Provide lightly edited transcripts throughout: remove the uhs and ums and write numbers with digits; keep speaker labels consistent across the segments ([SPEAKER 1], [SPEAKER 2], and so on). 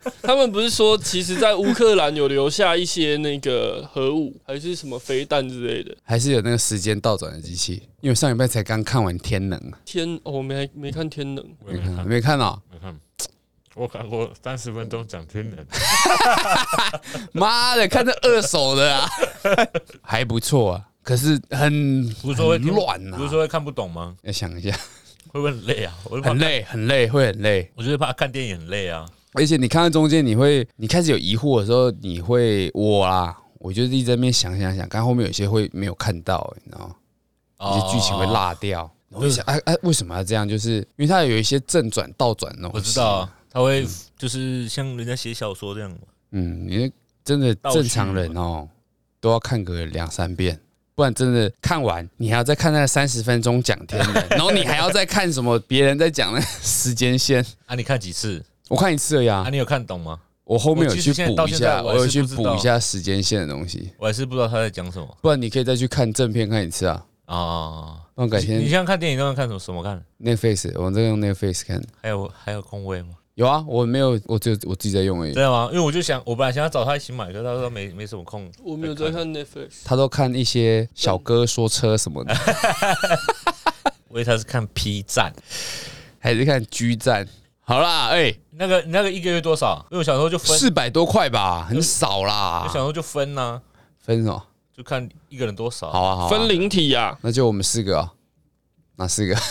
[SPEAKER 1] 他们不是说，其实，在乌克兰有留下一些那个核武，还是什么飞弹之类的，
[SPEAKER 2] 还是有那个时间倒转的机器？因为上礼拜才刚看完《天能》
[SPEAKER 1] 我没看《天能》，
[SPEAKER 2] 没看啊？
[SPEAKER 3] 没看。我看过30分钟讲天能，
[SPEAKER 2] 妈的，看这二手的啊，还不错啊，可是
[SPEAKER 3] 不是说会
[SPEAKER 2] 乱啊，
[SPEAKER 3] 不是说会看不懂吗？
[SPEAKER 2] 要想一下，
[SPEAKER 3] 会不会很累啊？
[SPEAKER 2] 很累，很累，会很累。
[SPEAKER 3] 我就是怕看电影很累啊。
[SPEAKER 2] 而且你看到中间，你开始有疑惑的时候，我就一直在那边想，看后面有些会没有看到，你知道吗？有些剧情会落掉。我就想，为什么要这样？就是因为它有一些正转、倒转那种。
[SPEAKER 3] 我知道啊，它会就是像人家写小说这样嘛。
[SPEAKER 2] 你真的正常人都要看个2-3遍，不然真的看完，你还要再看那30分钟讲天的，然后你还要再看什么别人在讲那时间线。
[SPEAKER 3] 啊，你看几次？
[SPEAKER 2] 我看1次而已啊。
[SPEAKER 3] 你有看懂吗？
[SPEAKER 2] 我后面有去补一下，
[SPEAKER 3] 我有去
[SPEAKER 2] 补一下时间线的东西。
[SPEAKER 3] 我还是不知道他在讲什么。
[SPEAKER 2] 不然你可以再去看正片看1次啊。不然改天。
[SPEAKER 3] 你现在看电影都要看什么看
[SPEAKER 2] ？Netflix， 我在用 Netflix 看。
[SPEAKER 3] 还有空位吗？
[SPEAKER 2] 有啊，我没有，我自己在用而已。
[SPEAKER 3] 真的吗？因为我就想，我本来想要找他一起买，可是他说没什么空。
[SPEAKER 1] 我没有在看 Netflix， 他
[SPEAKER 2] 都看一些小哥说车什么的。
[SPEAKER 3] 我以为他是看 P 站，
[SPEAKER 2] 还是看 G 站？好啦，
[SPEAKER 3] 那个1个月多少？因为我小时候就分
[SPEAKER 2] 400多块吧，很少啦。
[SPEAKER 3] 我小时候就分啊，
[SPEAKER 2] 分什么？
[SPEAKER 3] 就看一个人多少。
[SPEAKER 2] 好啊，
[SPEAKER 1] 分灵体啊。
[SPEAKER 2] 那就我们4个啊，哪4个？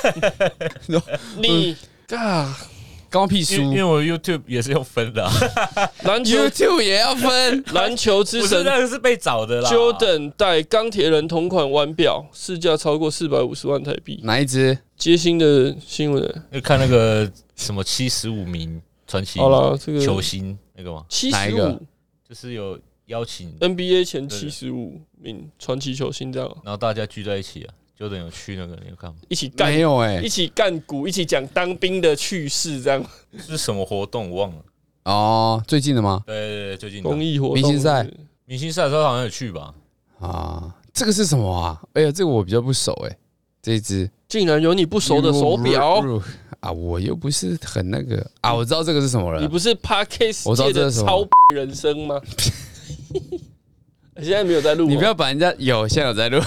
[SPEAKER 1] 你
[SPEAKER 2] 关我屁事！
[SPEAKER 3] 因为我 YouTube 也是用分的，
[SPEAKER 1] 篮球
[SPEAKER 2] YouTube 也要分。
[SPEAKER 1] 篮球之神
[SPEAKER 3] 那个是被找的啦。
[SPEAKER 1] Jordan 带钢铁人同款腕表，市价超过450万台币。
[SPEAKER 2] 哪一支？
[SPEAKER 1] 接新的新闻，
[SPEAKER 3] 就看那个什么75名传奇球星那个吗
[SPEAKER 1] ？75，
[SPEAKER 3] 就是有邀请
[SPEAKER 1] NBA 前75名传奇球星这样，
[SPEAKER 3] 然后大家聚在一起啊。Jordan 有去那个，你有看吗？
[SPEAKER 1] 一起干
[SPEAKER 2] 没有
[SPEAKER 1] 一起干股，一起讲当兵的趣事，这样
[SPEAKER 3] 是什么活动我忘了。
[SPEAKER 2] 最近的吗？
[SPEAKER 3] 对，最近
[SPEAKER 1] 公益活动，
[SPEAKER 2] 明星赛
[SPEAKER 3] 的时候好像有去吧？
[SPEAKER 2] 这个是什么啊？这个我比较不熟这一只
[SPEAKER 1] 竟然有你不熟的手表
[SPEAKER 2] 啊！我又不是很那个啊，我知道这个是什么了。
[SPEAKER 1] 你不是 Podcast 界的超人生吗？现在没有在录，
[SPEAKER 2] 你不要把人家现在有在录，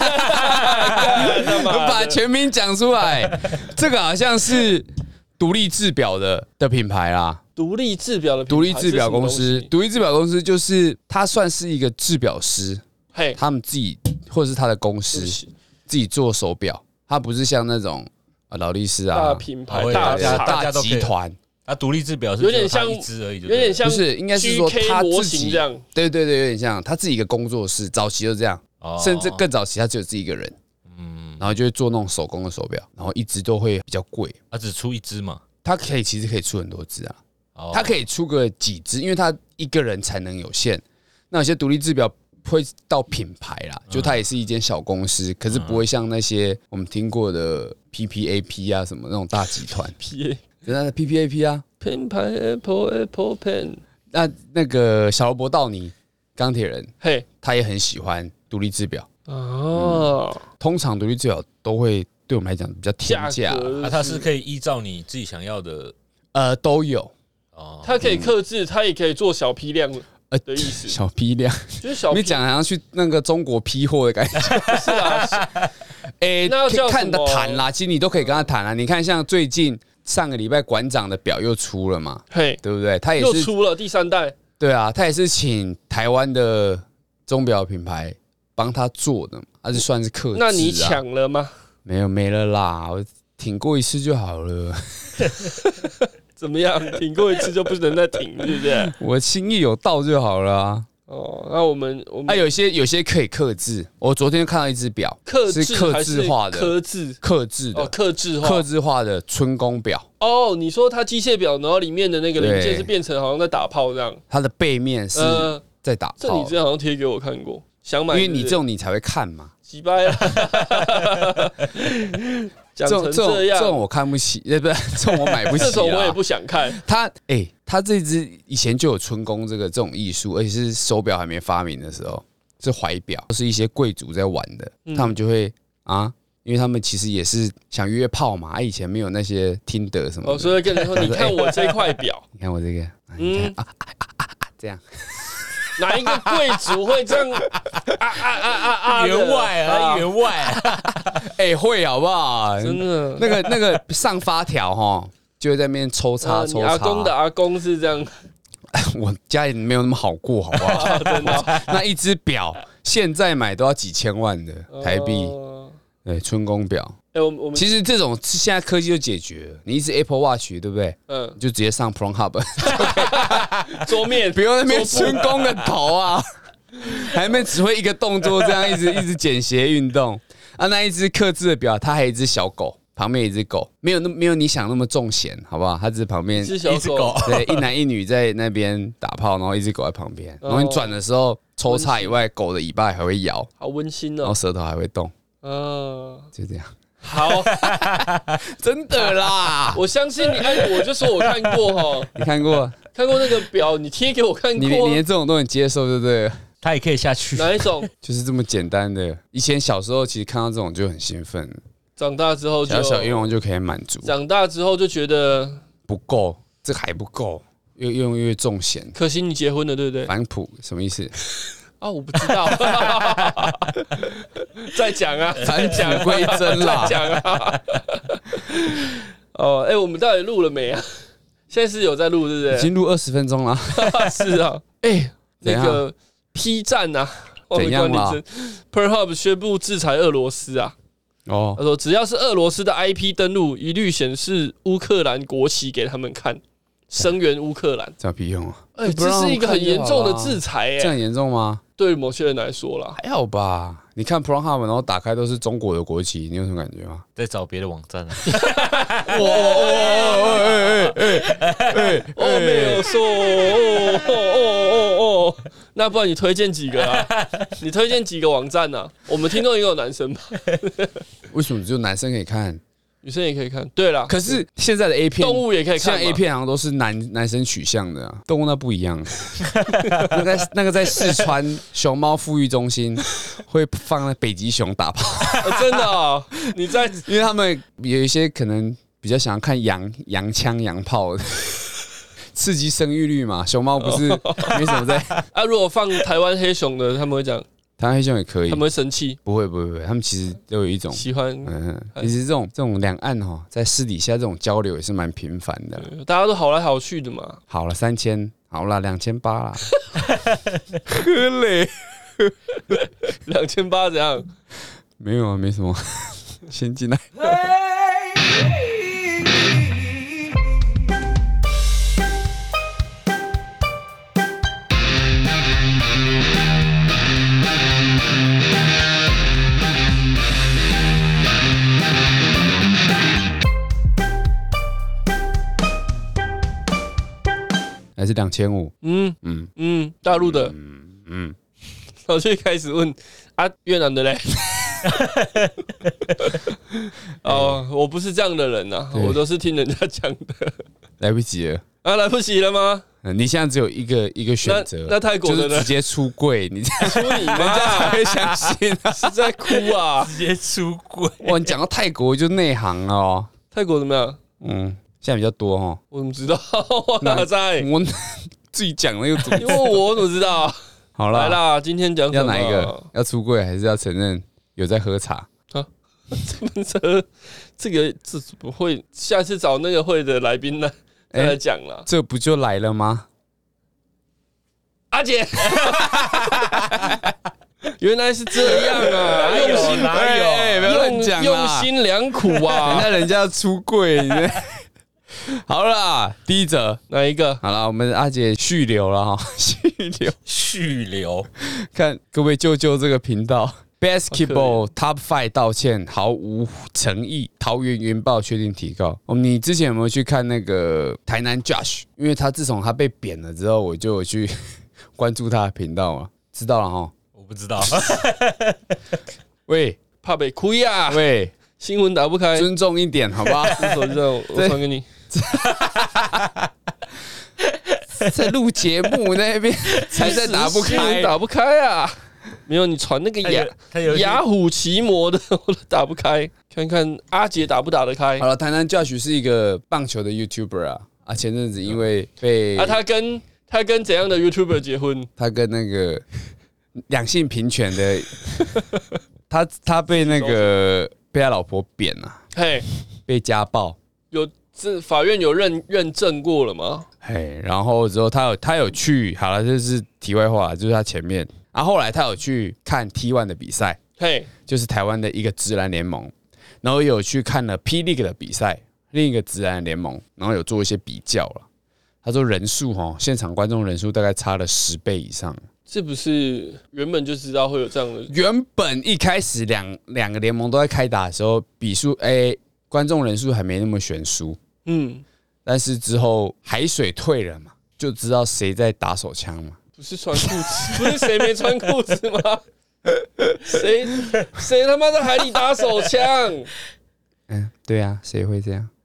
[SPEAKER 2] 我把全名讲出来。这个好像是独立制表的品牌啦，
[SPEAKER 1] 独立制表的
[SPEAKER 2] 独立制表公司，独立制表公司就是它算是一个制表师，他们自己或者是他的公司自己做手表，它不是像那种劳力士啊
[SPEAKER 1] 大品牌
[SPEAKER 2] 大集团。
[SPEAKER 3] 独立制表是
[SPEAKER 1] 有点像
[SPEAKER 3] 一只而已，
[SPEAKER 1] 有点像
[SPEAKER 2] 不是，应该是说他自己这样，对，有点像他自己一个工作室，早期就这样，甚至更早期他只有自己一个人，然后就会做那种手工的手表，然后一只都会比较贵。
[SPEAKER 3] 他只出一只嘛？
[SPEAKER 2] 他其实可以出很多只啊，他可以出个几只，因为他一个人才能有限。那有些独立制表会到品牌啦，就它也是一间小公司，可是不会像那些我们听过的 PPAP 啊什么那种大集团。那 PPAP 啊，
[SPEAKER 1] 品牌 Apple Pen。
[SPEAKER 2] 那个小罗伯道尼钢铁人，他也很喜欢独立制表通常独立制表都会对我们来讲比较天价
[SPEAKER 3] 它是可以依照你自己想要的，
[SPEAKER 2] 都有
[SPEAKER 1] 它可以客制，它也可以做小批量的意思。
[SPEAKER 2] 小批量
[SPEAKER 1] 就是小批，
[SPEAKER 2] 你讲好像去那个中国批货的感觉。
[SPEAKER 1] 是啊，
[SPEAKER 2] 那要看的谈啦，其实你都可以跟他谈啦。你看，像最近上个礼拜馆长的表又出了嘛，对不对？他也是
[SPEAKER 1] 又出了第3代。
[SPEAKER 2] 对啊，他也是请台湾的钟表品牌帮他做的嘛，他是算是客制。
[SPEAKER 1] 那你抢了吗？
[SPEAKER 2] 没了啦，我挺过1次就好了。
[SPEAKER 1] 怎么样？挺过1次就不能再挺，对不对？
[SPEAKER 2] 我心意有到就好了啊。
[SPEAKER 1] 那我们
[SPEAKER 2] 有些可以客制。我昨天看到一只表，是客制化的，客制化的春宫表。
[SPEAKER 1] 你说它机械表，然后里面的那个零件是变成好像在打炮这样。
[SPEAKER 2] 它的背面是在打炮。
[SPEAKER 1] 这你之前好像贴给我看过，想买，
[SPEAKER 2] 因为你这种你才会看嘛。
[SPEAKER 1] 几掰啊！讲成这样，
[SPEAKER 2] 这种我看不起，不是这种我买不起。
[SPEAKER 1] 这种我也不想看。
[SPEAKER 2] 他这只以前就有春宫这种艺术，而且是手表还没发明的时候，是怀表，是一些贵族在玩的，他们就会因为他们其实也是想约炮嘛，以前没有那些Tinder什么的，
[SPEAKER 1] 所以跟人说，你看我这块表，
[SPEAKER 2] 你看我这个，你看这样，
[SPEAKER 1] 哪一个贵族会这样
[SPEAKER 3] 员外啊，员外，
[SPEAKER 2] 会好不好？
[SPEAKER 1] 真的，
[SPEAKER 2] 那个上发条哈，就会在那边抽插。
[SPEAKER 1] 你阿公的阿公是这样，
[SPEAKER 2] 我家里没有那么好过，好不好？
[SPEAKER 1] 真的，
[SPEAKER 2] 那一只表现在买都要几千万的台币。对，春宫表。我们其实这种现在科技就解决了，你一只 Apple Watch 对不对？你就直接上 Pornhub，
[SPEAKER 1] 桌面
[SPEAKER 2] 不用那边春宫的头啊，还没只会一个动作，这样一直简谐运动啊。那一只客制的表，它还有一只小狗，旁边有一只狗，没有你想那么重咸，好不好？它只是旁边
[SPEAKER 1] 一只狗，
[SPEAKER 2] 对，一男一女在那边打炮，然后一只狗在旁边，然后你转的时候抽插以外，狗的尾巴还会摇，
[SPEAKER 1] 好温馨哦，
[SPEAKER 2] 然后舌头还会动。就这样。
[SPEAKER 1] 好，
[SPEAKER 2] 真的啦！
[SPEAKER 1] 我相信你，我就说我看过哈。
[SPEAKER 2] 你看过
[SPEAKER 1] 那个表，你贴给我看过。
[SPEAKER 2] 你连这种都能接受，对不对？
[SPEAKER 3] 他也可以下去。
[SPEAKER 1] 哪一种？
[SPEAKER 2] 就是这么简单的。以前小时候其实看到这种就很兴奋，
[SPEAKER 1] 长大之后就
[SPEAKER 2] 小愿望就可以满足。
[SPEAKER 1] 长大之后就觉得
[SPEAKER 2] 不够，这还不够，越用越重咸。
[SPEAKER 1] 可惜你结婚了，对不对？
[SPEAKER 2] 反哺什么意思？
[SPEAKER 1] 我不知道，再讲啊，
[SPEAKER 2] 返璞归真啦，
[SPEAKER 1] 再讲啊。我们到底录了没啊？现在是有在录，对不对？
[SPEAKER 2] 已经录20分钟了。
[SPEAKER 1] 是啊，那个 P 站啊，
[SPEAKER 2] 怎样啦
[SPEAKER 1] ？Pornhub 宣布制裁俄罗斯啊。他说只要是俄罗斯的 IP 登录，一律显示乌克兰国旗给他们看。声援乌克兰，
[SPEAKER 2] 这有屁用啊！
[SPEAKER 1] 这是一个很严重的制裁，
[SPEAKER 2] 这很严重吗？
[SPEAKER 1] 对某些人来说啦，
[SPEAKER 2] 还好吧。你看 Pornhub， 然后打开都是中国的国旗，你有什么感觉吗？
[SPEAKER 3] 在找别的网站啊！
[SPEAKER 1] 我没有说那不然你推荐几个啊？你推荐几个网站啊？我们听众也有男生吧？
[SPEAKER 2] 为什么只有男生可以看？
[SPEAKER 1] 女生也可以看，对啦。
[SPEAKER 2] 可是现在的 A 片，
[SPEAKER 1] 动物也可以看。
[SPEAKER 2] 现在 A 片好像都是男生取向的啊，动物那不一样。那个在四川熊猫富裕中心会放那北极熊打炮，
[SPEAKER 1] 真的哦？你在？
[SPEAKER 2] 因为他们有一些可能比较想要看洋枪洋炮的。刺激生育率嘛，熊猫不是没什么在
[SPEAKER 1] 如果放台湾黑熊的，他们会讲。
[SPEAKER 2] 台湾黑熊也可以，
[SPEAKER 1] 他们会生气？
[SPEAKER 2] 不会，他们其实都有一种
[SPEAKER 1] 喜欢。
[SPEAKER 2] 其实这种两岸在私底下这种交流也是蛮频繁的，
[SPEAKER 1] 大家都好来好去的嘛。
[SPEAKER 2] 好了3000，好了2800啦，喝嘞
[SPEAKER 1] ，2800怎样？
[SPEAKER 2] 没有啊，没什么，先进来。还是2500，
[SPEAKER 1] 大陆的，然后就开始问越南的嘞，我不是这样的人呐，我都是听人家讲的，
[SPEAKER 2] 来不及了
[SPEAKER 1] 来不及了吗？
[SPEAKER 2] 你现在只有一个选择，
[SPEAKER 1] 那泰国的
[SPEAKER 2] 就是直接出柜，你这样
[SPEAKER 1] 出你妈，
[SPEAKER 2] 人家才会相信啊！
[SPEAKER 1] 是在哭啊！
[SPEAKER 3] 直接出柜，
[SPEAKER 2] 哇！你讲到泰国就内行了哦。
[SPEAKER 1] 泰国怎么样？
[SPEAKER 2] 现在比较多哦。
[SPEAKER 1] 我怎么知道？我哪在？
[SPEAKER 2] 我自己讲了又怎么？
[SPEAKER 1] 因为我怎么知道？
[SPEAKER 2] 好啦，
[SPEAKER 1] 来啦，今天讲
[SPEAKER 2] 要哪一个？要出柜还是要承认有在喝茶？
[SPEAKER 1] 这怎么会？下次找那个会的来宾呢？再来讲啦，
[SPEAKER 2] 这不就来了吗？
[SPEAKER 1] 阿姐，原来是这样啊！用心
[SPEAKER 3] 哪有？
[SPEAKER 2] 不要乱讲，
[SPEAKER 1] 用心良苦啊！
[SPEAKER 2] 人家要出柜，好啦，第一则
[SPEAKER 1] 哪一个？
[SPEAKER 2] 好了，我们阿姐续留了哈，
[SPEAKER 3] 续留，
[SPEAKER 2] 看各位救这个频道。Basketball Top 5道歉毫无诚意，桃园云豹确定提告。你之前有没有去看那个台南 Josh？ 因为他自从他被扁了之后，我就有去关注他的频道嘛，知道了哈？
[SPEAKER 3] 我不知道。
[SPEAKER 2] 喂，
[SPEAKER 1] 怕被亏啊！
[SPEAKER 2] 喂，
[SPEAKER 1] 新闻打不开，
[SPEAKER 2] 尊重一点好不好？
[SPEAKER 1] 手机上我传给你。
[SPEAKER 2] 在录节目那边才在打不开，
[SPEAKER 1] 打不开啊！ 没有，你传那个雅虎奇摩的，我都打不开。看看阿杰打不打得开？
[SPEAKER 2] 好了，台南 Josh 是一个棒球的 YouTuber 啊，前阵子因为被
[SPEAKER 1] 他跟怎样的 YouTuber 结婚？
[SPEAKER 2] 他跟那个两性平权的，他被那个被他老婆扁了，
[SPEAKER 1] 嘿，
[SPEAKER 2] 被家暴，
[SPEAKER 1] 这法院有认证过了吗？
[SPEAKER 2] 嘿，然后之后他有去，好了，这是题外话，就是他前面，然后后来他有去看 T1 的比赛，嘿，就是台湾的一个职篮联盟，然后有去看了 P League 的比赛，另一个职篮联盟，然后有做一些比较了。他说人数现场观众人数大概差了10倍以上。
[SPEAKER 1] 是不是原本就知道会有这样的？
[SPEAKER 2] 原本一开始两个联盟都在开打的时候，比数观众人数还没那么悬殊，但是之后海水退了嘛，就知道谁在打手枪嘛。
[SPEAKER 1] 不是穿裤子，不是谁没穿裤子吗？谁他妈在海里打手枪？
[SPEAKER 2] 对啊，谁会这样？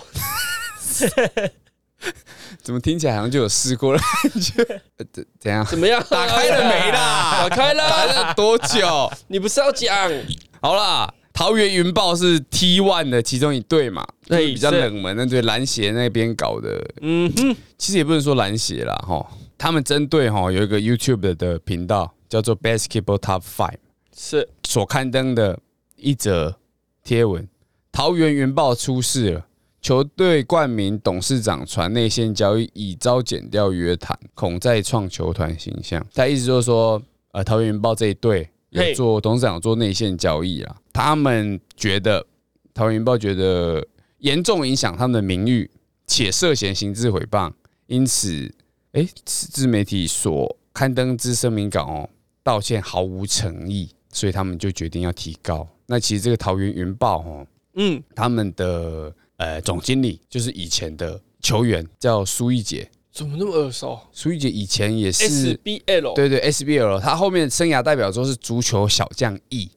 [SPEAKER 2] 怎么听起来好像就有试过了感觉？怎样？
[SPEAKER 1] 怎么样？
[SPEAKER 2] 打开了没啦？
[SPEAKER 1] 打开了，
[SPEAKER 2] 打了多久？
[SPEAKER 1] 你不是要讲？
[SPEAKER 2] 好啦，桃园云豹是 T1 的其中一队嘛，比较冷门那队篮协那边搞的。其实也不能说篮协啦，他们针对有一个 YouTube 的频道叫做 Basketball Top 5，是所刊登的一则贴文，桃园云豹出事了。球队冠名董事长传内线交易，已遭检调约谈，恐再创球团形象。他意思就是说，桃园云豹这一队有做董事长做内线交易啦，他们觉得桃园云豹觉得严重影响他们的名誉，且涉嫌刑事诽谤，因此，自媒体所刊登之声明稿道歉毫无诚意，所以他们就决定要提告。那其实这个桃园云豹他们的总经理就是以前的球员，叫苏奕杰。
[SPEAKER 1] 怎么那么耳熟？
[SPEAKER 2] 苏奕杰以前也是
[SPEAKER 1] SBL，
[SPEAKER 2] 对 SBL， 他后面生涯代表作是足球小将翼，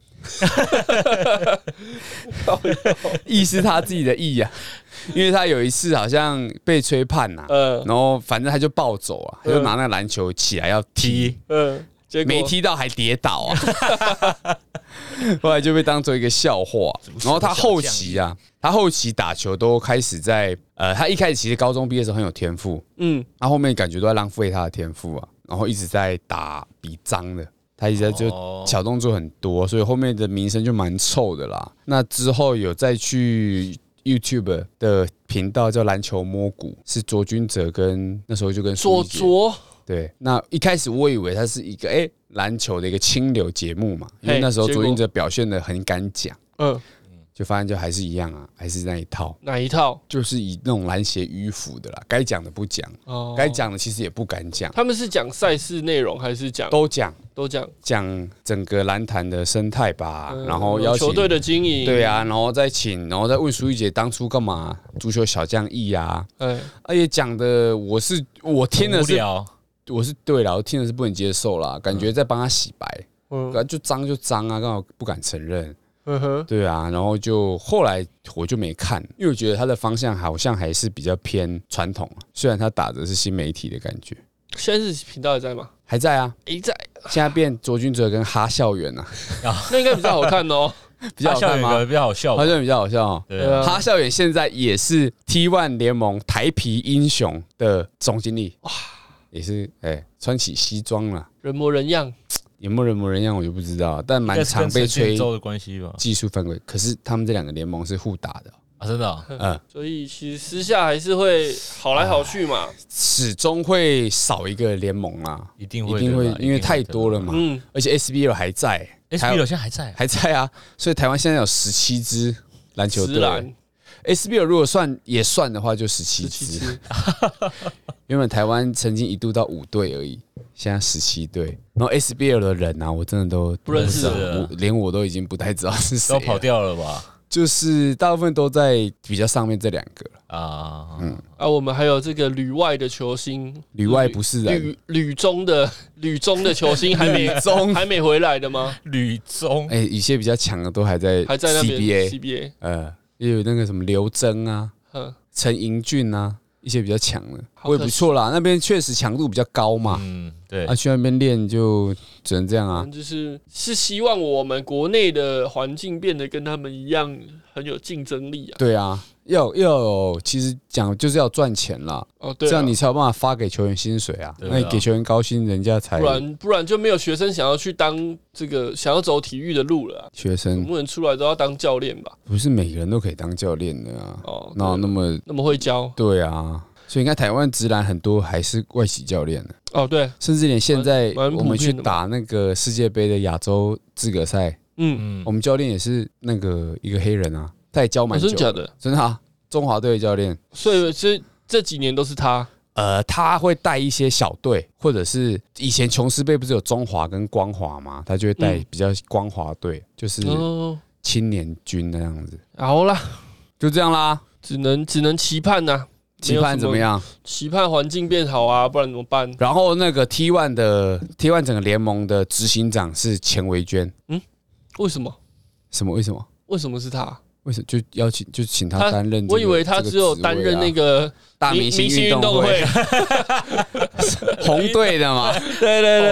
[SPEAKER 2] 翼是他自己的翼啊，因为他有一次好像被吹判呐，然后反正他就暴走啊，他就拿那个篮球起来要踢，没踢到还跌倒啊，后来就被当做一个笑话。然后他后期打球都开始在他一开始其实高中毕业的时候很有天赋，他后面感觉都在浪费他的天赋啊，然后一直在打比脏的，他一直在就小动作很多，所以后面的名声就蛮臭的啦。那之后有再去 YouTube 的频道叫篮球摸骨，是卓君哲跟那时候就跟
[SPEAKER 1] 卓。
[SPEAKER 2] 对，那一开始我以为它是一个篮球的一个清流节目嘛，因为那时候卓君哲表现得很敢讲，就发现就还是一样啊，还是那一套。
[SPEAKER 1] 哪一套？
[SPEAKER 2] 就是以那种篮协迂腐的啦，该讲的不讲，该讲的其实也不敢讲。
[SPEAKER 1] 他们是讲赛事内容还是讲？
[SPEAKER 2] 都讲，
[SPEAKER 1] 讲
[SPEAKER 2] 整个篮坛的生态吧，然后邀请
[SPEAKER 1] 球队的经营，
[SPEAKER 2] 对啊，然后再问苏奕杰当初干嘛足球小将翼啊，而且讲的我听的是。我是对啦，我听的是不能接受啦，感觉在帮他洗白，就脏啊，刚好不敢承认，对啊，然后就后来我就没看，因为我觉得他的方向好像还是比较偏传统，虽然他打的是新媒体的感觉。
[SPEAKER 1] 现在是频道还在吗？
[SPEAKER 2] 还在啊，
[SPEAKER 1] 在。
[SPEAKER 2] 现在变卓君哲跟哈校园啊，
[SPEAKER 1] 那应该比较好看哦。
[SPEAKER 2] 比较好看吗？
[SPEAKER 3] 比较好笑，
[SPEAKER 2] 好像比较好笑。哈校园现在也是 T1 联盟台啤英雄的总经理，哇。也是穿起西装了，
[SPEAKER 1] 人模人样，
[SPEAKER 2] 有没有人模人样我就不知道，但蛮常被吹技术犯规。可是他们这两个联盟是互打的
[SPEAKER 3] 啊，真的，
[SPEAKER 1] 所以其实私下还是会好来好去嘛，
[SPEAKER 2] 始终会少一个联盟啊，
[SPEAKER 3] 一定会，
[SPEAKER 2] 因为太多了嘛，而且 SBL 还在
[SPEAKER 3] ，SBL 现在还在
[SPEAKER 2] 啊，所以台湾现在有17支篮球队。SBL 如果也算的话，就17支。原本台湾曾经一度到5队而已，现在17队。然后 SBL 的人啊，我真的都
[SPEAKER 1] 不认识，
[SPEAKER 2] 连我都已经不太知道是谁，
[SPEAKER 3] 都跑掉了吧？
[SPEAKER 2] 就是大部分都在比较上面这2个
[SPEAKER 3] 啊。
[SPEAKER 1] 我们还有这个旅外的球星，
[SPEAKER 2] 旅外不是人，
[SPEAKER 1] 旅中的球星还没回来的吗？
[SPEAKER 3] 旅中，
[SPEAKER 2] 一些比较强的都还在
[SPEAKER 1] 那边 CBA，
[SPEAKER 2] 也有那个什么刘铮啊，陈盈俊啊， 一些比较强的，我也不错啦。那边确实强度比较高嘛，
[SPEAKER 3] 对。
[SPEAKER 2] 去那边练就只能这样啊。
[SPEAKER 1] 就是希望我们国内的环境变得跟他们一样很有竞争力啊。
[SPEAKER 2] 对啊，要有，其实讲就是要赚钱啦。对，这样你才有办法发给球员薪水啊。那你给球员高薪，人家才
[SPEAKER 1] 不然就没有学生想要去当这个想要走体育的路了。
[SPEAKER 2] 学生
[SPEAKER 1] 不能出来都要当教练吧？
[SPEAKER 2] 不是每个人都可以当教练的啊。哪有那么
[SPEAKER 1] 会教？
[SPEAKER 2] 对啊。所以你看，台湾职篮很多还是外籍教练的
[SPEAKER 1] 对，
[SPEAKER 2] 甚至连现在我们去打那个世界杯的亚洲资格赛，我们教练也是那个一个黑人啊，他也教蛮久的，
[SPEAKER 1] 真的假的？
[SPEAKER 2] 真的啊，中华队的教练，
[SPEAKER 1] 所以这几年都是他。
[SPEAKER 2] 他会带一些小队，或者是以前琼斯杯不是有中华跟光华嘛，他就会带比较光华队，就是青年军那样子。
[SPEAKER 1] 好啦，
[SPEAKER 2] 就这样啦，
[SPEAKER 1] 只能期盼呐。
[SPEAKER 2] 期盼怎么样？
[SPEAKER 1] 期盼环境变好啊，不然怎么办？
[SPEAKER 2] 然后那个 T1 整个联盟的执行长是钱维娟。
[SPEAKER 1] 为什么？
[SPEAKER 2] 为什么？
[SPEAKER 1] 为什么是他？
[SPEAKER 2] 为什么就请他担任？
[SPEAKER 1] 我以为他只有担任那个
[SPEAKER 2] 大明星运动会红队的嘛。
[SPEAKER 1] 对，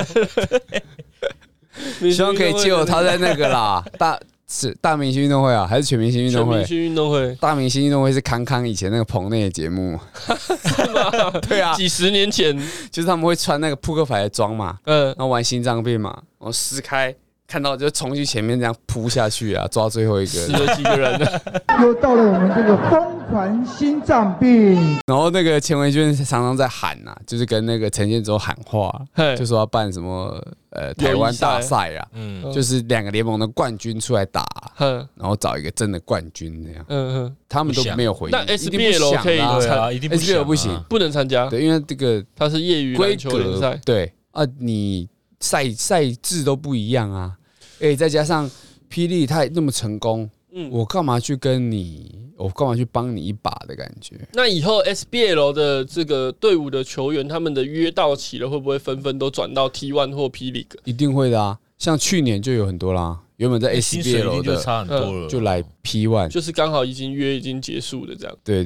[SPEAKER 2] 希望可以借由他在那个啦大明星运动会啊，还是全明星运动会？
[SPEAKER 1] 全明星运动会，
[SPEAKER 2] 大明星运动会是康以前那个棚内的节目，
[SPEAKER 1] 是吗？
[SPEAKER 2] 对啊，
[SPEAKER 1] 几十年前，
[SPEAKER 2] 就是他们会穿那个扑克牌的装嘛，然后玩心脏病嘛，然后撕开看到就冲去前面这样扑下去啊，抓最后一个，
[SPEAKER 1] 死了几个人呢？
[SPEAKER 4] 又到了我们这个疯传心脏病，
[SPEAKER 2] 然后那个钱维娟常常在喊呐，就是跟那个陈建州喊话，就说要办什么台湾大赛啊，就是2个联盟的冠军出来打，然后找一个真的冠军这样，他们都没有回应。
[SPEAKER 1] 那 SBL 可以
[SPEAKER 3] 参，一定不
[SPEAKER 2] ，SBL 不行，
[SPEAKER 1] 不能参加，
[SPEAKER 2] 对，因为这个
[SPEAKER 1] 它是业余篮球联赛，
[SPEAKER 2] 对啊，你赛制都不一样啊，再加上霹雳他那么成功，我干嘛去帮你一把的感觉？
[SPEAKER 1] 那以后 SBL 的这个队伍的球员，他们的约到期了，会不会纷纷都转到 T1 或霹雳？
[SPEAKER 2] 一定会的啊，像去年就有很多啦，原本在 SBL 的
[SPEAKER 3] 就差很多了，
[SPEAKER 2] 就来 P1，
[SPEAKER 1] 就是刚好约已经结束的这样。
[SPEAKER 2] 对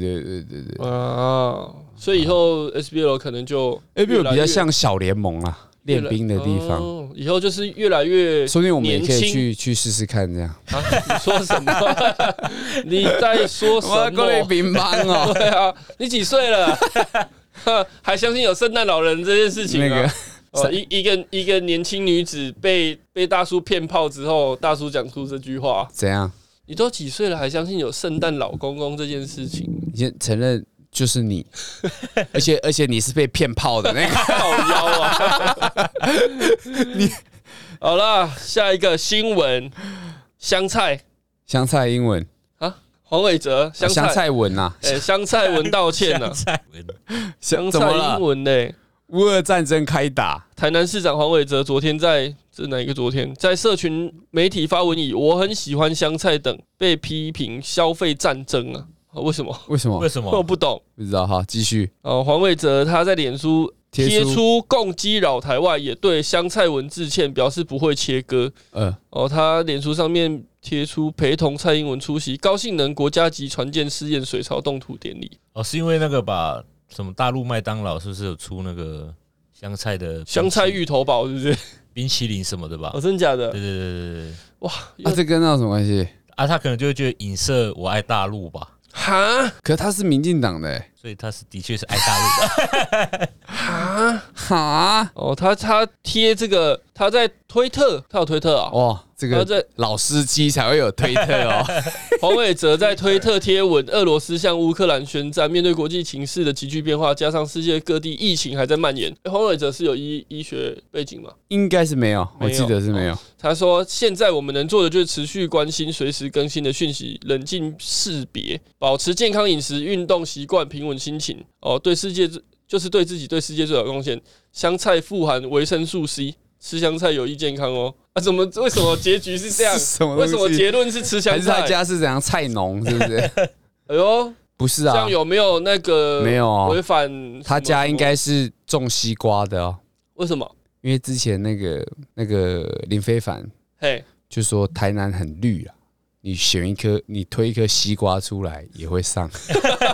[SPEAKER 1] 所以以后 SBL 可能就
[SPEAKER 2] SBL 比较像小联盟啊。练兵的地方，
[SPEAKER 1] 以后就是越来越，
[SPEAKER 2] 说不定我们也可以去试试看这样。
[SPEAKER 1] 你说什么？你在说什么？
[SPEAKER 2] 我练兵帮哦。
[SPEAKER 1] 对啊，你几岁了？还相信有圣诞老人这件事情啊？一个年轻女子被大叔骗炮之后，大叔讲出这句话，
[SPEAKER 2] 怎样？
[SPEAKER 1] 你都几岁了，还相信有圣诞老公公这件事情？
[SPEAKER 2] 你先承认。就是你，而且你是被骗炮的那个，
[SPEAKER 1] 靠腰啊！你好了，下一个新闻，香菜
[SPEAKER 2] 英文
[SPEAKER 1] 啊，黄伟哲
[SPEAKER 2] 香菜文呐，
[SPEAKER 1] 香菜文道歉了，香菜英文嘞，
[SPEAKER 2] 乌俄战争开打，
[SPEAKER 1] 台南市长黄伟哲昨天在社群媒体发文以我很喜欢香菜等被批评消费战争啊。为什么？我不懂，
[SPEAKER 2] 不知道哈。继续。
[SPEAKER 1] 黄伟哲他在脸书贴出共击扰台外，也对香菜文致歉，表示不会切割。他脸书上面贴出陪同蔡英文出席高性能国家级船舰试验水槽动土典礼。
[SPEAKER 3] 是因为那个把什么大陆麦当劳是不是有出那个香菜
[SPEAKER 1] 芋头堡，是不是
[SPEAKER 3] 冰淇淋什么的吧？
[SPEAKER 1] 真假的？
[SPEAKER 3] 对。
[SPEAKER 1] 哇，
[SPEAKER 2] 这跟那有什么关系？
[SPEAKER 3] 他可能就会觉得影射我爱大陆吧。
[SPEAKER 1] 哈，
[SPEAKER 2] 可他是民进党的，
[SPEAKER 3] 所以他的确是爱大陆的。
[SPEAKER 1] 哈，他贴这个，他在推特，他有推特啊。
[SPEAKER 2] 哇，这个老司机才会有推特哦。
[SPEAKER 1] 黄伟哲在推特贴文，俄罗斯向乌克兰宣战，面对国际情势的急剧变化，加上世界各地疫情还在蔓延。黄伟哲是有医学背景吗？
[SPEAKER 2] 应该是没有，我记得是没有。
[SPEAKER 1] 他说，现在我们能做的就是持续关心随时更新的讯息，冷静识别，保持健康饮食、运动习惯，平稳心情。对世界就是对自己、对世界最有贡献。香菜富含维生素 C， 吃香菜有益健康哦。为什么结局是这样？为什么结论是吃香菜？
[SPEAKER 2] 还是他家是怎样菜农？是不是？
[SPEAKER 1] 哎呦，
[SPEAKER 2] 不是啊，
[SPEAKER 1] 这样有没有那个
[SPEAKER 2] 没有
[SPEAKER 1] 违反？
[SPEAKER 2] 他家应该是种西瓜的哦。
[SPEAKER 1] 为什么？
[SPEAKER 2] 因为之前那个林非凡，就说台南很绿啊，你推一颗西瓜出来也会上。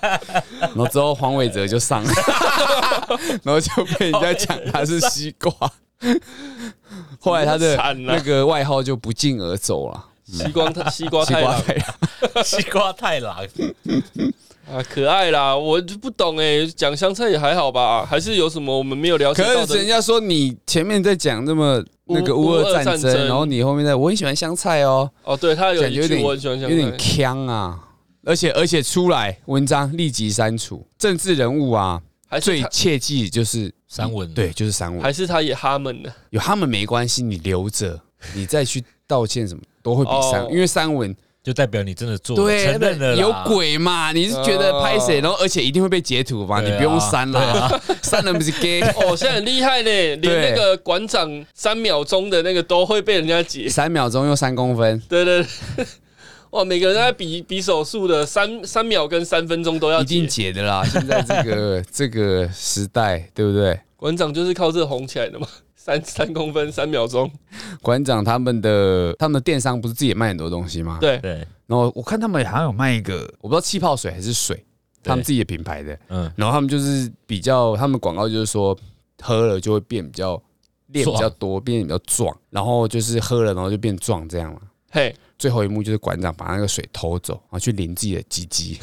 [SPEAKER 2] 然后之后黄伟哲就上，然后就被人家讲他是西瓜，后来他的那个外号就不胫而走了。
[SPEAKER 1] 西瓜太郎，
[SPEAKER 3] 西瓜太郎
[SPEAKER 1] 啊，可爱啦！我就不懂讲香菜也还好吧，还是有什么我们没有了解到的？
[SPEAKER 2] 可是人家说你前面在讲那么那个乌俄战争，然后你后面我很喜欢香菜哦。
[SPEAKER 1] 哦，对他有一句我很喜欢香菜，
[SPEAKER 2] 有点呛啊，而且出来文章立即删除，政治人物啊，最切记就是
[SPEAKER 3] 删文，
[SPEAKER 2] 对，就是删文。
[SPEAKER 1] 还是他也哈们的，
[SPEAKER 2] 有他们没关系，你留着，你再去道歉什么都会比删，因为删文。
[SPEAKER 3] 就代表你真的做了，承认了，
[SPEAKER 2] 有鬼嘛？你是觉得拍谁，然后而且一定会被截图嘛？你不用删啦，删了不是 gay
[SPEAKER 1] 哦，现在很厉害呢，连那个馆长3秒钟的那个都会被人家截
[SPEAKER 2] ，3秒钟又3公分，
[SPEAKER 1] 对，哇，每个人在比手速的3秒跟3分钟都要
[SPEAKER 2] 一定截的啦。现在这个时代，对不对？
[SPEAKER 1] 馆长就是靠这红起来的嘛。3公分3秒钟，
[SPEAKER 2] 馆长他们的电商不是自己也卖很多东西吗？
[SPEAKER 1] 对。
[SPEAKER 2] 然后我看他们好像有卖一个，我不知道气泡水还是水，他们自己的品牌的。然后他们就是比较，他们广告就是说喝了就会变比较练比较多，变比较壮，然后就是喝了然后就变壮这样嘛。
[SPEAKER 1] 嘿，
[SPEAKER 2] 最后一幕就是馆长把那个水偷走，然后去淋自己的鸡鸡。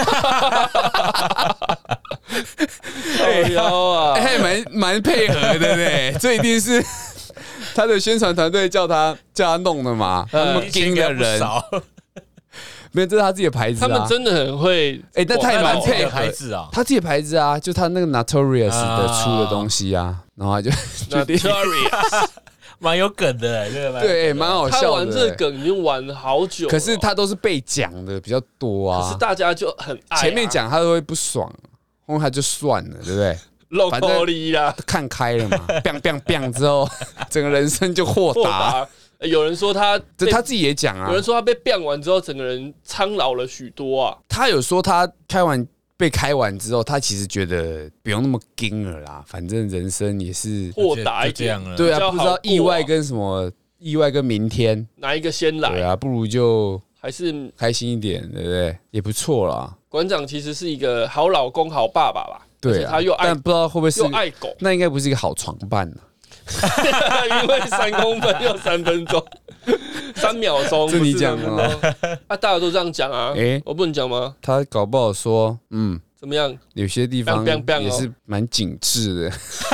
[SPEAKER 2] 蛮配合的呢，这一定是他的宣传团队叫他弄的嘛，那么精的人，没有，这是他自己的牌子啊。
[SPEAKER 1] 他们真的很会，
[SPEAKER 2] 但他也蛮配合
[SPEAKER 3] 牌子啊，
[SPEAKER 2] 他自己的牌子啊，就他那个 Notorious 的出的东西啊，然后他就
[SPEAKER 1] Notorious。
[SPEAKER 3] 蛮有梗的，
[SPEAKER 2] 对，蛮好笑的。
[SPEAKER 1] 他玩这个梗已经玩好久了，
[SPEAKER 2] 可是他都是被讲的比较多啊。
[SPEAKER 1] 可是大家就很爱，
[SPEAKER 2] 前面讲他都会不爽，后面他就算了，对不对？
[SPEAKER 1] 反正啦，
[SPEAKER 2] 看开了嘛，biang biang biang 之后，整个人生就豁达。
[SPEAKER 1] 有人说他
[SPEAKER 2] 自己也讲啊，
[SPEAKER 1] 有人说他被biang完之后，整个人苍老了许多啊。
[SPEAKER 2] 他有说他被开完之后，他其实觉得不用那么硬了啦，反正人生也是
[SPEAKER 1] 豁达一点
[SPEAKER 3] 了。
[SPEAKER 2] 对啊，不知道意外跟明天
[SPEAKER 1] 哪一个先来？
[SPEAKER 2] 对啊，不如就
[SPEAKER 1] 还是
[SPEAKER 2] 开心一点，对不对？也不错啦。
[SPEAKER 1] 馆长其实是一个好老公、好爸爸吧？
[SPEAKER 2] 对啊，
[SPEAKER 1] 他又爱，
[SPEAKER 2] 但不知道会不会是
[SPEAKER 1] 又爱狗？
[SPEAKER 2] 那应该不是一个好床伴啊。
[SPEAKER 1] 因为3公分又3分钟，3秒钟，
[SPEAKER 2] 是你讲的吗？
[SPEAKER 1] 大家都这样讲啊，我不能讲吗？
[SPEAKER 2] 他搞不好说，
[SPEAKER 1] 怎么样？
[SPEAKER 2] 有些地方也是蛮紧致的，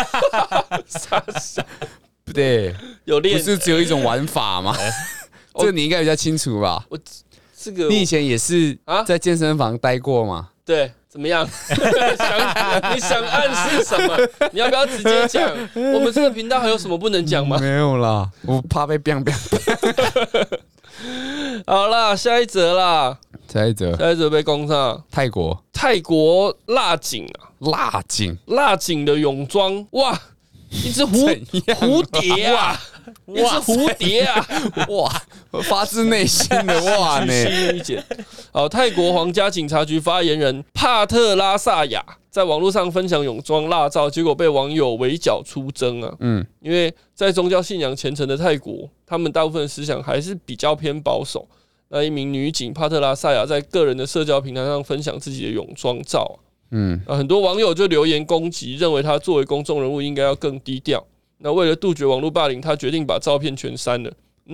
[SPEAKER 2] 不对，
[SPEAKER 1] 有练，
[SPEAKER 2] 不是只有一种玩法吗？这个你应该比较清楚吧？
[SPEAKER 1] 这个
[SPEAKER 2] 你以前也是在健身房待过吗？
[SPEAKER 1] 对。怎么样？你想暗示什么？你要不要直接讲？我们这个频道还有什么不能讲吗？
[SPEAKER 2] 没有啦，我怕被 biang biang。
[SPEAKER 1] 好啦，下一则啦，下一则被攻上。泰国腊井腊井的泳装，哇，一只蝴蝶啊！一只蝴蝶啊！
[SPEAKER 2] 哇，发自内心的哇呢！
[SPEAKER 1] 泰国皇家警察局发言人帕特拉萨亚在网络上分享泳装辣照，结果被网友围剿出征啊。因为在宗教信仰虔诚的泰国，他们大部分思想还是比较偏保守。那一名女警帕特拉萨亚在个人的社交平台上分享自己的泳装照很多网友就留言攻击，认为她作为公众人物应该要更低调。那为了杜绝网络霸凌，他决定把照片全删了。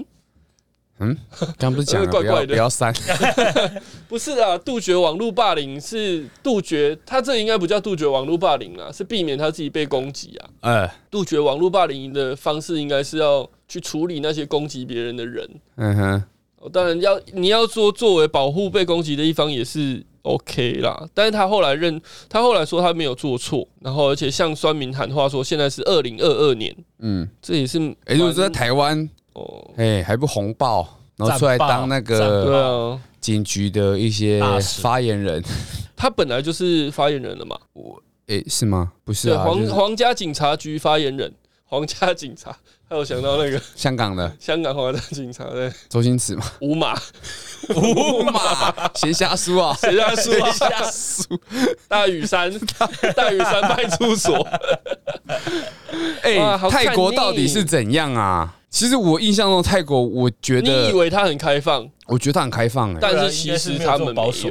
[SPEAKER 2] 刚不是讲了不要删？
[SPEAKER 1] 不是啊，杜绝网络霸凌是杜绝，他这应该不叫杜绝网络霸凌啦，是避免他自己被攻击啊。杜绝网络霸凌的方式应该是要去处理那些攻击别人的人。当然你要说作为保护被攻击的一方也是 OK 啦，但是他后来说他没有做错，然后而且向酸民喊话说现在是2022年，这也是
[SPEAKER 2] 如果在台湾还不红爆，然后出来当那个警局的一些发言人，
[SPEAKER 1] 他本来就是发言人了嘛？
[SPEAKER 2] 是吗？不是啊，
[SPEAKER 1] 皇家警察局发言人，皇家警察。还有想到那个
[SPEAKER 2] 香港
[SPEAKER 1] 皇家警察对
[SPEAKER 2] 周星驰嘛，
[SPEAKER 1] 五马
[SPEAKER 2] 闲暇书啊，
[SPEAKER 1] 大屿山派出所。
[SPEAKER 2] 泰国到底是怎样啊？其实我印象中泰国，我觉得
[SPEAKER 1] 你以为他很开放，
[SPEAKER 2] 我觉得他很开放
[SPEAKER 1] 但是其实他们没有啊。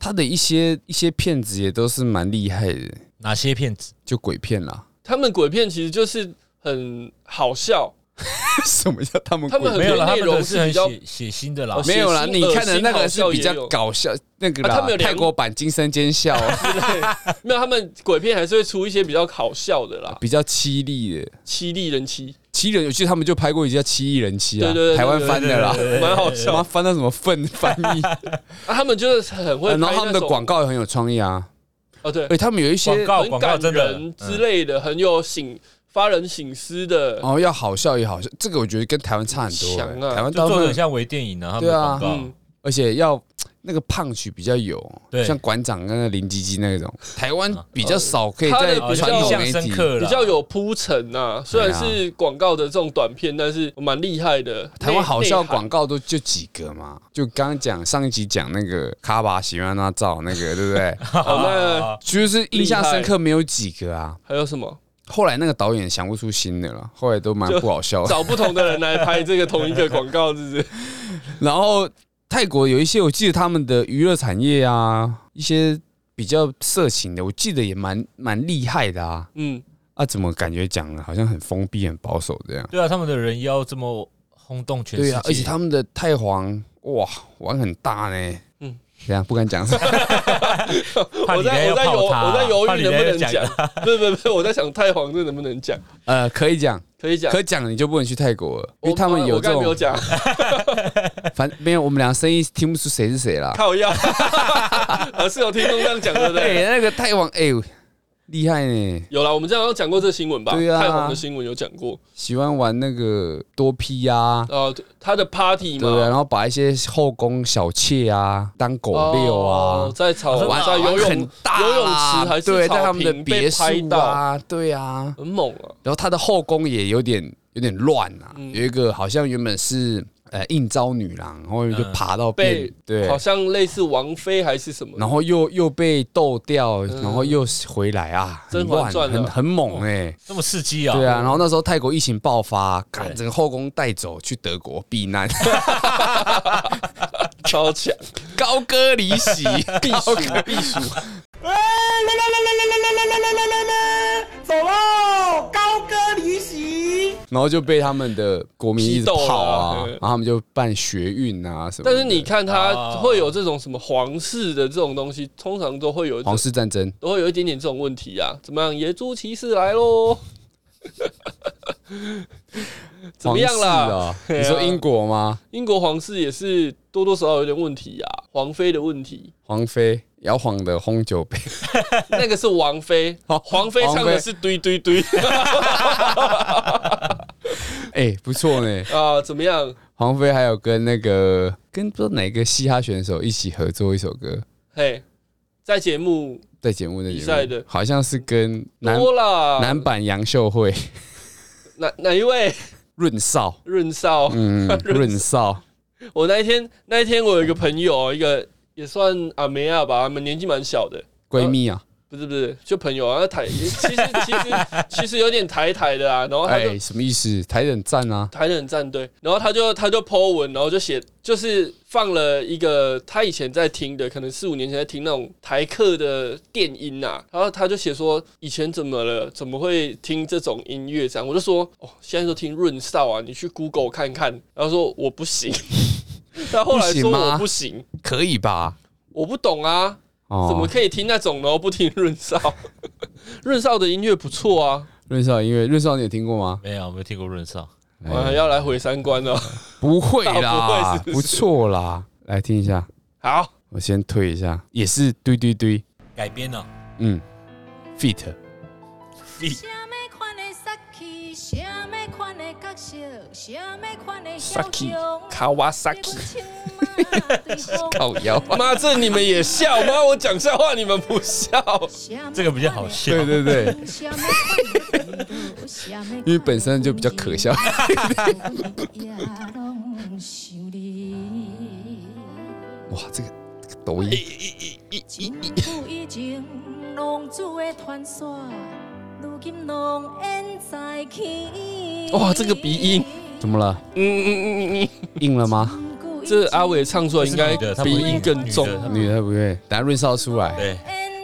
[SPEAKER 2] 他的一些片子也都是蛮厉害的。
[SPEAKER 3] 哪些片子？
[SPEAKER 2] 就鬼片啦。
[SPEAKER 1] 他们鬼片其实就是很好笑。
[SPEAKER 2] 什么叫他们
[SPEAKER 1] 鬼片？
[SPEAKER 3] 没有啦，他
[SPEAKER 1] 内容
[SPEAKER 3] 们是很
[SPEAKER 1] 比较
[SPEAKER 3] 血腥的啦。
[SPEAKER 2] 没有啦，你看的那个是比较搞笑那个啦，泰国版《惊声尖笑》
[SPEAKER 1] 没有，他们鬼片还是会出一些比较好笑的啦，
[SPEAKER 2] 比较凄厉的。
[SPEAKER 1] 凄厉人妻，
[SPEAKER 2] 七人，我记得他们就拍过一家《七亿人妻》啊，
[SPEAKER 1] 对，
[SPEAKER 2] 台湾翻的啦，
[SPEAKER 1] 蛮好笑。
[SPEAKER 2] 妈翻到什么粪翻译？
[SPEAKER 1] 他们就是很会，
[SPEAKER 2] 然后他们的广告也很有创意啊。
[SPEAKER 1] 哦，对，
[SPEAKER 2] 他们有一些
[SPEAKER 1] 很感人之类的，很有发人省思的。
[SPEAKER 2] 哦，要好笑也好笑，这个我觉得跟台湾差很多。台湾
[SPEAKER 3] 就做的像微电影啊，他们的广告，
[SPEAKER 2] 而且要那个胖曲比较有，像馆长跟那林基基那种，台湾比较少可以在传统媒体
[SPEAKER 1] 比较有铺陈啊。虽然是广告的这种短片，但是蛮厉害的。
[SPEAKER 2] 台湾好笑广告都就几个嘛，就刚刚讲上一集讲那个卡巴喜欢他照那个，对不对？
[SPEAKER 1] 那
[SPEAKER 2] 就是印象深刻没有几个啊。
[SPEAKER 1] 还有什么？
[SPEAKER 2] 后来那个导演想不出新的了，后来都蛮不好笑的，
[SPEAKER 1] 找不同的人来拍这个同一个广告，是不是？
[SPEAKER 2] 然后泰国有一些，我记得他们的娱乐产业啊，一些比较色情的，我记得也蛮厉害的啊。怎么感觉讲的好像很封闭、很保守这样？
[SPEAKER 3] 对啊，他们的人妖这么轰动全世界，
[SPEAKER 2] 对啊，而且他们的太皇哇玩很大呢。这样不敢讲。
[SPEAKER 1] 我在犹豫能不能讲，不，我在想太皇这能不能讲？
[SPEAKER 2] 可以讲，可讲你就不能去泰国了，因为他们有这种。我刚才没有
[SPEAKER 1] 讲，
[SPEAKER 2] 反正没有，我们俩声音听不出谁是谁啦。
[SPEAKER 1] 靠腰，是有听众这样讲的，对不对？
[SPEAKER 2] 那个太皇，厉害呢！
[SPEAKER 1] 有啦，我们这样有讲过这个新闻吧？
[SPEAKER 2] 对啊，
[SPEAKER 1] 太皇的新闻有讲过，
[SPEAKER 2] 喜欢玩那个多批啊，
[SPEAKER 1] 他的 party 嘛，
[SPEAKER 2] 对啊，然后把一些后宫小妾啊当狗遛啊，
[SPEAKER 1] 在游泳池还是
[SPEAKER 2] 对，在他们的别墅啊，对啊，
[SPEAKER 1] 很猛啊。
[SPEAKER 2] 然后他的后宫也有点乱啊，有一个好像原本是。应招女郎，然后就爬到对，
[SPEAKER 1] 好像类似王妃还是什么，
[SPEAKER 2] 然后又被斗掉，然后又回来啊，
[SPEAKER 1] 甄嬛传
[SPEAKER 2] 很猛
[SPEAKER 3] 这么刺激啊！
[SPEAKER 2] 对啊，然后那时候泰国疫情爆发，赶整个后宫带走去德国避难，
[SPEAKER 1] 超强，
[SPEAKER 2] 高歌离席，
[SPEAKER 1] 避暑。
[SPEAKER 4] 走喽，高歌离席。
[SPEAKER 2] 然后就被他们的国民一直泡啊，然后他们就办学运啊什么。
[SPEAKER 1] 但是你看，他会有这种什么皇室的这种东西，通常都会有
[SPEAKER 2] 皇室战争，
[SPEAKER 1] 都会有一点点这种问题啊。怎么样，野猪骑士来喽？怎么样啦？
[SPEAKER 2] 你说英国吗？
[SPEAKER 1] 英国皇室也是多多少少有点问题啊，皇妃的问题。
[SPEAKER 2] 皇妃摇晃的红酒杯，
[SPEAKER 1] 那个是王妃，皇妃唱的是堆堆堆。
[SPEAKER 2] 不错呢。
[SPEAKER 1] 怎么样？
[SPEAKER 2] 皇妃还有跟不知道哪个嘻哈选手一起合作一首歌。
[SPEAKER 1] 在节目比赛的，
[SPEAKER 2] 好像是跟男版杨秀慧。
[SPEAKER 1] 哪一位？
[SPEAKER 2] 润少。
[SPEAKER 1] 润少。我那一天我有一个朋友，一个也算阿梅亚吧，他们年纪蛮小的
[SPEAKER 2] 闺蜜啊。
[SPEAKER 1] 不是，就朋友啊，其实有点台的啊，然后他就
[SPEAKER 2] 什么意思？台的很赞啊，
[SPEAKER 1] 台的很赞，对。然后他就 po 文，然后就写，就是放了一个他以前在听的，可能4-5年前在听那种台客的电音啊，然后他就写说以前怎么了，怎么会听这种音乐这样？我就说现在都听润少啊，你去 Google 看看。然后说我不行，他后来说我不行，
[SPEAKER 2] 可以吧？
[SPEAKER 1] 我不懂啊。怎么可以听那种然后不听润少？润少的音乐不错啊。
[SPEAKER 2] 润少音乐，润少你有听过吗？
[SPEAKER 3] 没有听过润少。
[SPEAKER 1] 要来毁三观了？
[SPEAKER 2] 不会啦，不错啦，来听一下。
[SPEAKER 1] 好，
[SPEAKER 2] 我先推一下，也是堆
[SPEAKER 3] 改编了。
[SPEAKER 2] feat。
[SPEAKER 1] Saki Kawasaki，
[SPEAKER 2] 靠腰，
[SPEAKER 1] 妈，这你们也笑吗？我讲笑话你们不笑，
[SPEAKER 3] 这个比较好笑。
[SPEAKER 2] 对，因为本身就比较可笑。哇，这个抖音。
[SPEAKER 1] 哇，这个鼻音
[SPEAKER 2] 怎么了？硬了吗？
[SPEAKER 1] 这阿伟唱出来应该鼻音更重，
[SPEAKER 2] 女的不会，等下润少出来。
[SPEAKER 3] 对。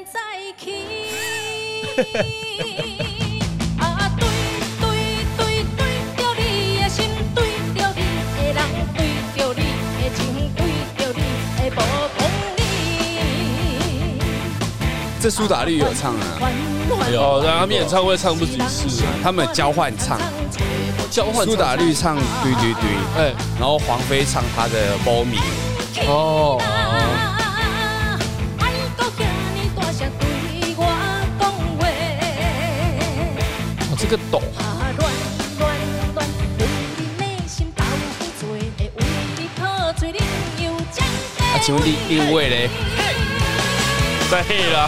[SPEAKER 2] 这苏打绿有唱啊，
[SPEAKER 1] 哦，然后他们演唱会唱不止一次，
[SPEAKER 2] 他们交换唱，苏打绿唱对对对，
[SPEAKER 1] 哎，
[SPEAKER 2] 然后黄飞唱他的《猫咪》。
[SPEAKER 1] 哦，这个懂。
[SPEAKER 2] 啊，请问你位嘞？
[SPEAKER 1] 在黑啦。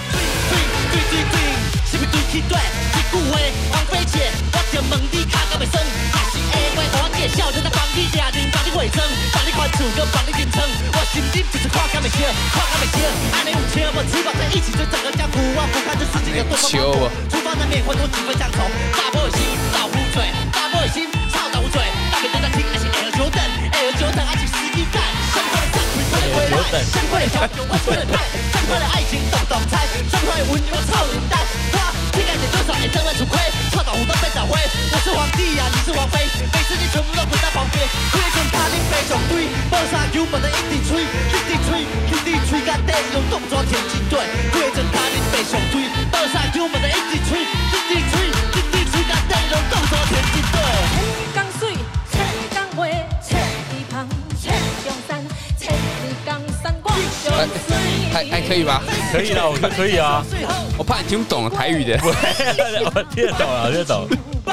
[SPEAKER 5] 笑就在帮你抓人，帮你化妆，帮你看厝，搁帮你订床。我心里就是看敢袂笑，看敢袂笑。安尼有车无？吃饱再一起追整个江湖，我不看这世界有多恐怖。出发难免会多几分相同。大波的心，老虎嘴；大波的心，超老虎嘴。大家都在听，还是 L 久等，L 久等，还是司机干。生活的上回快点回来，生活的交友我吹了派，生活的爱情动动猜，生活的温柔超冷淡。哇，天干点多少也争了出亏，超老虎都被找回。我是皇帝呀，你是王妃，每次你全部都。在旁边，推阵他恁飞上堆，无啥球门的一直吹，一直吹，一直吹，甲底用动作填进队。推阵他恁飞上堆，无啥球门的一直吹，一直吹，一直吹，甲底用动作填进队。千江水，千江花，千里旁，千江山，千里江山光秀水。
[SPEAKER 2] 还可以吧？
[SPEAKER 3] 可以啦，我觉得可以啊。
[SPEAKER 2] 我怕你听不懂台语的。
[SPEAKER 3] 我听得懂了，我听得懂。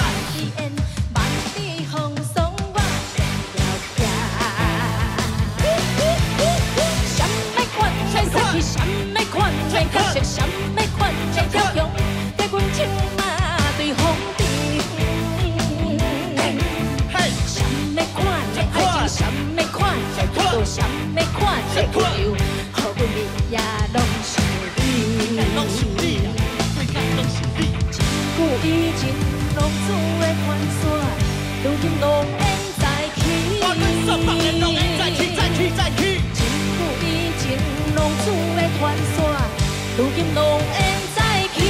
[SPEAKER 5] 什么款在飘扬，在阮青马对风尘。什么款在爱情，什么款在度过，什么款在自由，好阮日夜拢是你。千古以前浪子的传说，如今拢演再起。千古以前浪子的传说。如今拢演再起，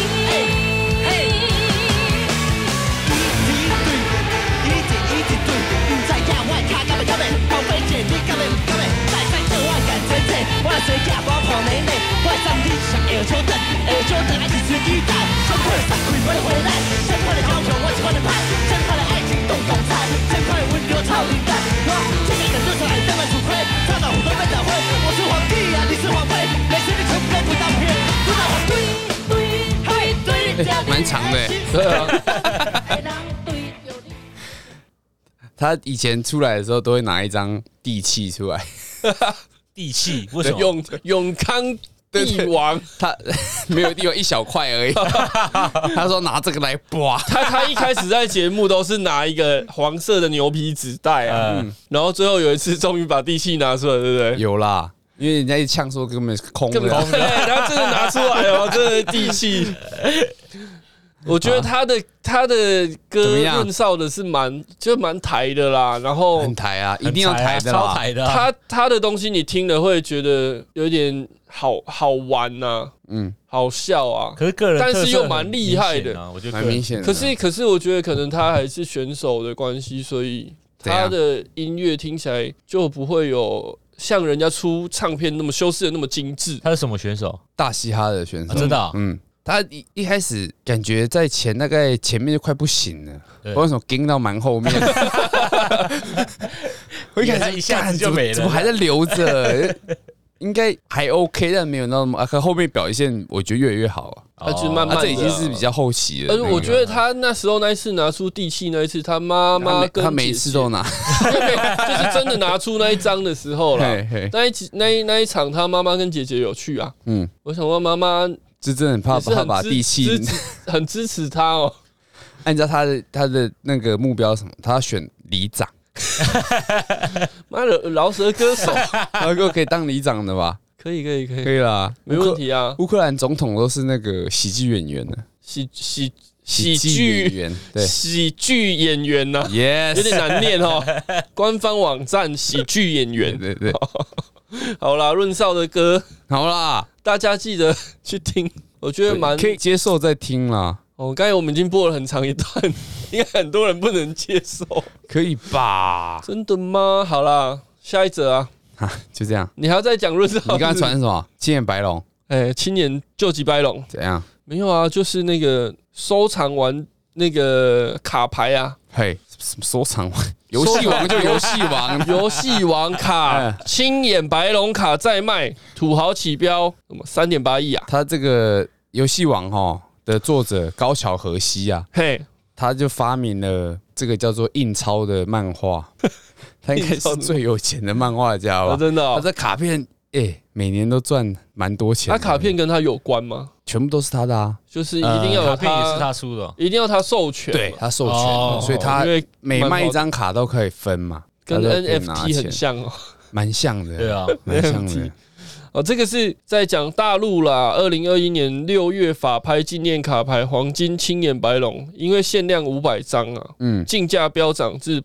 [SPEAKER 5] 一直对，不知影我的脚敢袂敢袂，后背姐你敢袂唔敢袂，再对我干真济，我的水饺我泡美美，我的上帝像下久等，下久等还是随机蛋，生活的散开我的回来，生活的交友我是我的派，生活的爱情动动菜，生活的温柔超灵感，我天天等多少爱这么出亏，超到虎都被找回，我是皇帝呀，你是皇妃，每次你全部都不当片。
[SPEAKER 2] 蛮长的，
[SPEAKER 1] 对啊。
[SPEAKER 2] 他以前出来的时候都会拿一张地契出来，
[SPEAKER 3] 地契为什么？
[SPEAKER 1] 永康帝王，
[SPEAKER 2] 他没有地方一小块而已。他说拿这个来刮。
[SPEAKER 1] 他一开始在节目都是拿一个黄色的牛皮纸袋啊，然后最后有一次终于把地契拿出来，对不对？
[SPEAKER 2] 有啦。因为人家一呛说根本是空的，
[SPEAKER 1] 对，然后真的拿出来哦，真的地气。我觉得他的歌润少的是蛮台的啦，然后
[SPEAKER 2] 很台啊，一定要台的啦，
[SPEAKER 3] 超台的啊。
[SPEAKER 1] 他的东西你听了会觉得有点好玩呐，好笑啊。
[SPEAKER 3] 可是个人，
[SPEAKER 1] 但是又蛮厉害的，
[SPEAKER 3] 我觉得
[SPEAKER 2] 蛮明显
[SPEAKER 1] 的。可是我觉得可能他还是选手的关系，所以他的音乐听起来就不会有。像人家出唱片那么修饰的那么精致。
[SPEAKER 3] 他是什么选手？
[SPEAKER 2] 大嘻哈的选手，
[SPEAKER 3] 真的啊。
[SPEAKER 2] 他一开始感觉在大概前面就快不行了，不知道为什么跟到蛮后面。我一开始
[SPEAKER 3] 一下子就没了，
[SPEAKER 2] 怎么还在留着？应该还 OK， 但没有那么可后面表现我觉得越来越好啊。
[SPEAKER 1] 他就慢慢，
[SPEAKER 2] 这已经是比较后期了。
[SPEAKER 1] 而且我觉得他那时候那一次拿出地契那一次，他妈妈跟
[SPEAKER 2] 他每一次都拿，
[SPEAKER 1] 就是真的拿出那一张的时候了。那一场他妈妈跟姐姐有去啊。我想问妈妈，
[SPEAKER 2] 是真的很怕他把地契
[SPEAKER 1] 很支持他哦。
[SPEAKER 2] 按照他的那个目标什么，他要选里长。
[SPEAKER 1] 妈的，饶舌歌手，
[SPEAKER 2] 然后可以当里长的吧？
[SPEAKER 1] 可以
[SPEAKER 2] 啦，
[SPEAKER 1] 没问题啊。
[SPEAKER 2] 乌克兰总统都是那个喜剧演员的，
[SPEAKER 1] 喜喜剧
[SPEAKER 2] 演员，对，
[SPEAKER 1] 喜剧演员呐、
[SPEAKER 2] ，yes，
[SPEAKER 1] 有点难念哦。官方网站喜剧演员，
[SPEAKER 2] 对对，
[SPEAKER 1] 好啦，润少的歌
[SPEAKER 2] 好啦，
[SPEAKER 1] 大家记得去听，我觉得蛮
[SPEAKER 2] 可以接受再听啦，
[SPEAKER 1] 哦。刚才我们已经播了很长一段，应该很多人不能接受，
[SPEAKER 2] 可以吧？
[SPEAKER 1] 真的吗？好啦，下一则啊，
[SPEAKER 2] 就这样。
[SPEAKER 1] 你还要再讲润少？
[SPEAKER 2] 你刚才传什么？青眼白龙
[SPEAKER 1] 青年救急白龙
[SPEAKER 2] 怎样？
[SPEAKER 1] 没有啊，就是那个收藏完那个卡牌啊，
[SPEAKER 2] 嘿，什么收藏王？游戏王就游戏王，
[SPEAKER 1] 游戏王卡青眼白龙卡在卖，土豪起标什么3.8亿啊？
[SPEAKER 2] 他这个游戏王的作者高桥和希啊，
[SPEAKER 1] 嘿，
[SPEAKER 2] 他就发明了这个叫做印钞的漫画，他应该是最有钱的漫画家吧？
[SPEAKER 1] 真的哦，
[SPEAKER 2] 他这卡片每年都赚蛮多钱。
[SPEAKER 1] 他卡片跟他有关吗？
[SPEAKER 2] 全部都是他的啊，
[SPEAKER 1] 就是一定要有
[SPEAKER 3] 卡片也是他出的，
[SPEAKER 1] 一定要他授权，
[SPEAKER 2] 对他授权，所以他每卖一张卡都可以分嘛，
[SPEAKER 1] 跟 NFT 很像哦，
[SPEAKER 2] 蛮像的，
[SPEAKER 3] 对啊，
[SPEAKER 2] 蛮像的。
[SPEAKER 1] 哦，这个是在讲大陆啦。2021年6月法拍纪念卡牌黄金青眼白龙，因为限量500张啊，竞价飙涨至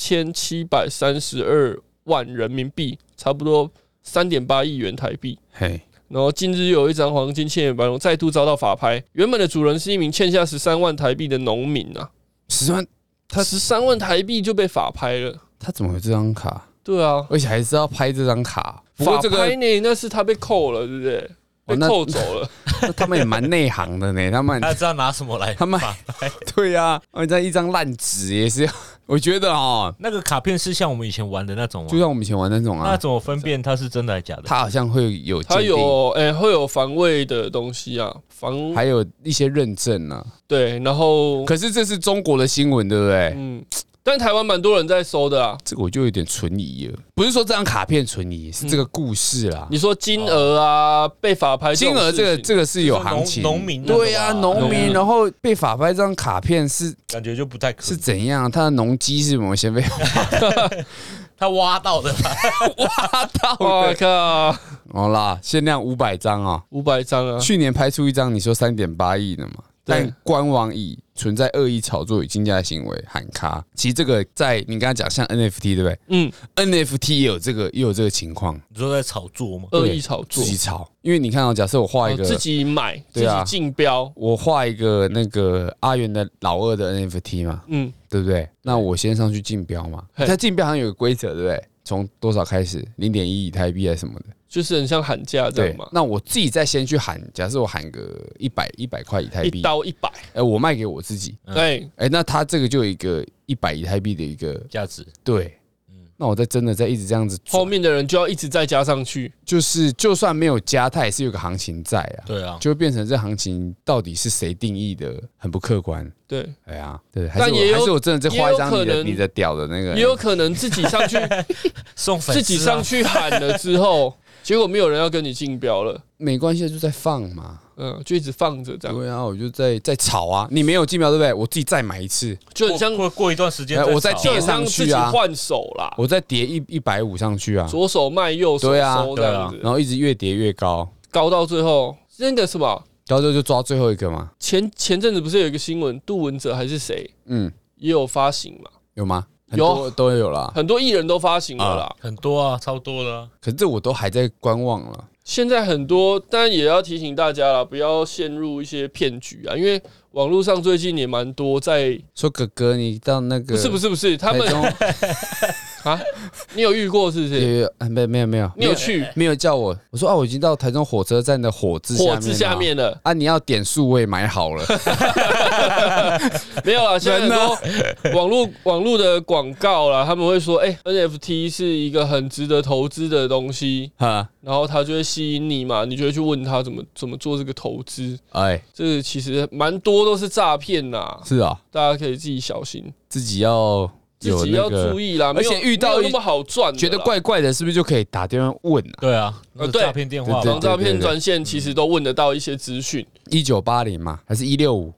[SPEAKER 1] 8732万人民币，差不多3.8亿元台币。
[SPEAKER 2] 嘿。
[SPEAKER 1] 然后近日又有一张黄金青眼白龙再度遭到法拍，原本的主人是一名欠下13万台币的农民啊
[SPEAKER 2] ，10万，
[SPEAKER 1] 他13万台币就被法拍了，
[SPEAKER 2] 他怎么有这张卡？
[SPEAKER 1] 对啊，
[SPEAKER 2] 而且还是要拍这张卡，不过这个
[SPEAKER 1] 法拍呢，那是他被扣了，对不对？被扣走了，
[SPEAKER 2] 他们也蛮内行的呢，他们
[SPEAKER 3] 知道拿什么来，
[SPEAKER 2] 他们对啊，而且一张烂纸也是，我觉得
[SPEAKER 3] 那个卡片是像我们以前玩的那种吗？
[SPEAKER 2] 就像我们以前玩那种啊，
[SPEAKER 3] 那怎么分辨它是真的还是假的？
[SPEAKER 2] 它好像会有，
[SPEAKER 1] 它有会有防伪的东西啊，
[SPEAKER 2] 还有一些认证啊，
[SPEAKER 1] 对，然后
[SPEAKER 2] 可是这是中国的新闻，对不对？
[SPEAKER 1] 但台湾蛮多人在收的啊，
[SPEAKER 2] 这个我就有点存疑了。不是说这张卡片存疑，是这个故事啦。
[SPEAKER 1] 你说金额啊，被法拍
[SPEAKER 2] 金额这个是有行情，
[SPEAKER 3] 农民
[SPEAKER 2] 对啊，农民，然后被法拍这张卡片是
[SPEAKER 3] 感觉就不太可能
[SPEAKER 2] 是怎样？他的农机是怎么先被
[SPEAKER 3] 他挖到的吧？
[SPEAKER 2] 挖到的，
[SPEAKER 1] 我靠！
[SPEAKER 2] 好啦，限量500张啊
[SPEAKER 1] ，500张啊！
[SPEAKER 2] 去年拍出一张，你说3.8亿的嘛？但官网以存在恶意炒作与竞价行为喊卡。其实这个在你刚才讲像 NFT 对不对？NFT 也有这个情况。
[SPEAKER 3] 你说在炒作吗？
[SPEAKER 1] 恶意炒作，
[SPEAKER 2] 自己炒。因为你看假设我画一个
[SPEAKER 1] 自己买，自己竞标，
[SPEAKER 2] 我画一个那个阿元的老二的 NFT 嘛，对不对？那我先上去竞标嘛。它竞标好像有个规则，对不对？从多少开始？0.1以太币还是什么的？
[SPEAKER 1] 就是很像喊价这样嘛。
[SPEAKER 2] 那我自己再先去喊，假设我喊个100块以太币，
[SPEAKER 1] 一刀100，
[SPEAKER 2] 我卖给我自己，
[SPEAKER 1] 对，
[SPEAKER 2] 那他这个就有一个100以太币的一个
[SPEAKER 3] 价值，
[SPEAKER 2] 对，那我真的一直这样子，
[SPEAKER 1] 后面的人就要一直再加上去，
[SPEAKER 2] 就是就算没有加，它也是有个行情在啊，
[SPEAKER 3] 对啊，
[SPEAKER 2] 就会变成这行情到底是谁定义的，很不客观，
[SPEAKER 1] 对，
[SPEAKER 2] 哎呀，对，
[SPEAKER 1] 但也有
[SPEAKER 2] 还是我真的在画一张你的屌的那个，
[SPEAKER 1] 也有可能自己上去
[SPEAKER 3] 送粉丝，
[SPEAKER 1] 自己上去喊了之后。结果没有人要跟你竞标了，
[SPEAKER 2] 没关系，就在放嘛，
[SPEAKER 1] 就一直放着这样。
[SPEAKER 2] 对啊，我就在炒啊，你没有竞标对不对？我自己再买一次，
[SPEAKER 1] 就很像
[SPEAKER 3] 过一段时间，
[SPEAKER 2] 我再叠上去啊，
[SPEAKER 1] 换手啦，
[SPEAKER 2] 我再叠150上去啊，
[SPEAKER 1] 左手卖右手收这样子，
[SPEAKER 2] 然后一直越叠越高，
[SPEAKER 1] 高到最后那个什么，
[SPEAKER 2] 高到就抓最后一个嘛。前
[SPEAKER 1] 阵子不是有一个新闻，杜文泽还是谁，也有发行嘛？
[SPEAKER 2] 有吗？很多都有啦，
[SPEAKER 1] 很多艺人都发行了啦，
[SPEAKER 3] 很多啊，超多的。
[SPEAKER 2] 可是这我都还在观望了。
[SPEAKER 1] 现在很多，当然也要提醒大家啦，不要陷入一些骗局啊，因为网络上最近也蛮多在
[SPEAKER 2] 说哥哥，你到那个
[SPEAKER 1] 不是，他们啊，你有遇过是不是？
[SPEAKER 2] 没有，
[SPEAKER 1] 你有去？
[SPEAKER 2] 没有叫我，我说我已经到台中火车站的火字下面了啊，你要点数我也买好了。
[SPEAKER 1] 没有啦，现在很多网络的广告啦，他们会说NFT 是一个很值得投资的东西，然后他就会吸引你嘛，你就会去问他怎么做这个投资。这个其实蛮多都是诈骗啦，
[SPEAKER 2] 是啊，
[SPEAKER 1] 大家可以自己小心，
[SPEAKER 2] 自己要
[SPEAKER 1] 注意啦，
[SPEAKER 2] 而且遇到
[SPEAKER 1] 那么好赚，
[SPEAKER 2] 觉得怪怪的，是不是就可以打电话问啊？
[SPEAKER 3] 对啊，诈骗电话、
[SPEAKER 1] 防诈骗专线其实都问得到一些资讯。
[SPEAKER 2] 1980嘛，还是165？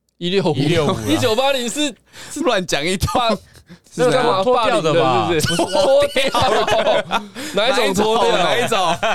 [SPEAKER 1] 1980是
[SPEAKER 2] 乱讲一通。
[SPEAKER 1] 是干嘛脱掉的吧？是不是脱掉？哪一种脱掉？
[SPEAKER 2] 哪一种？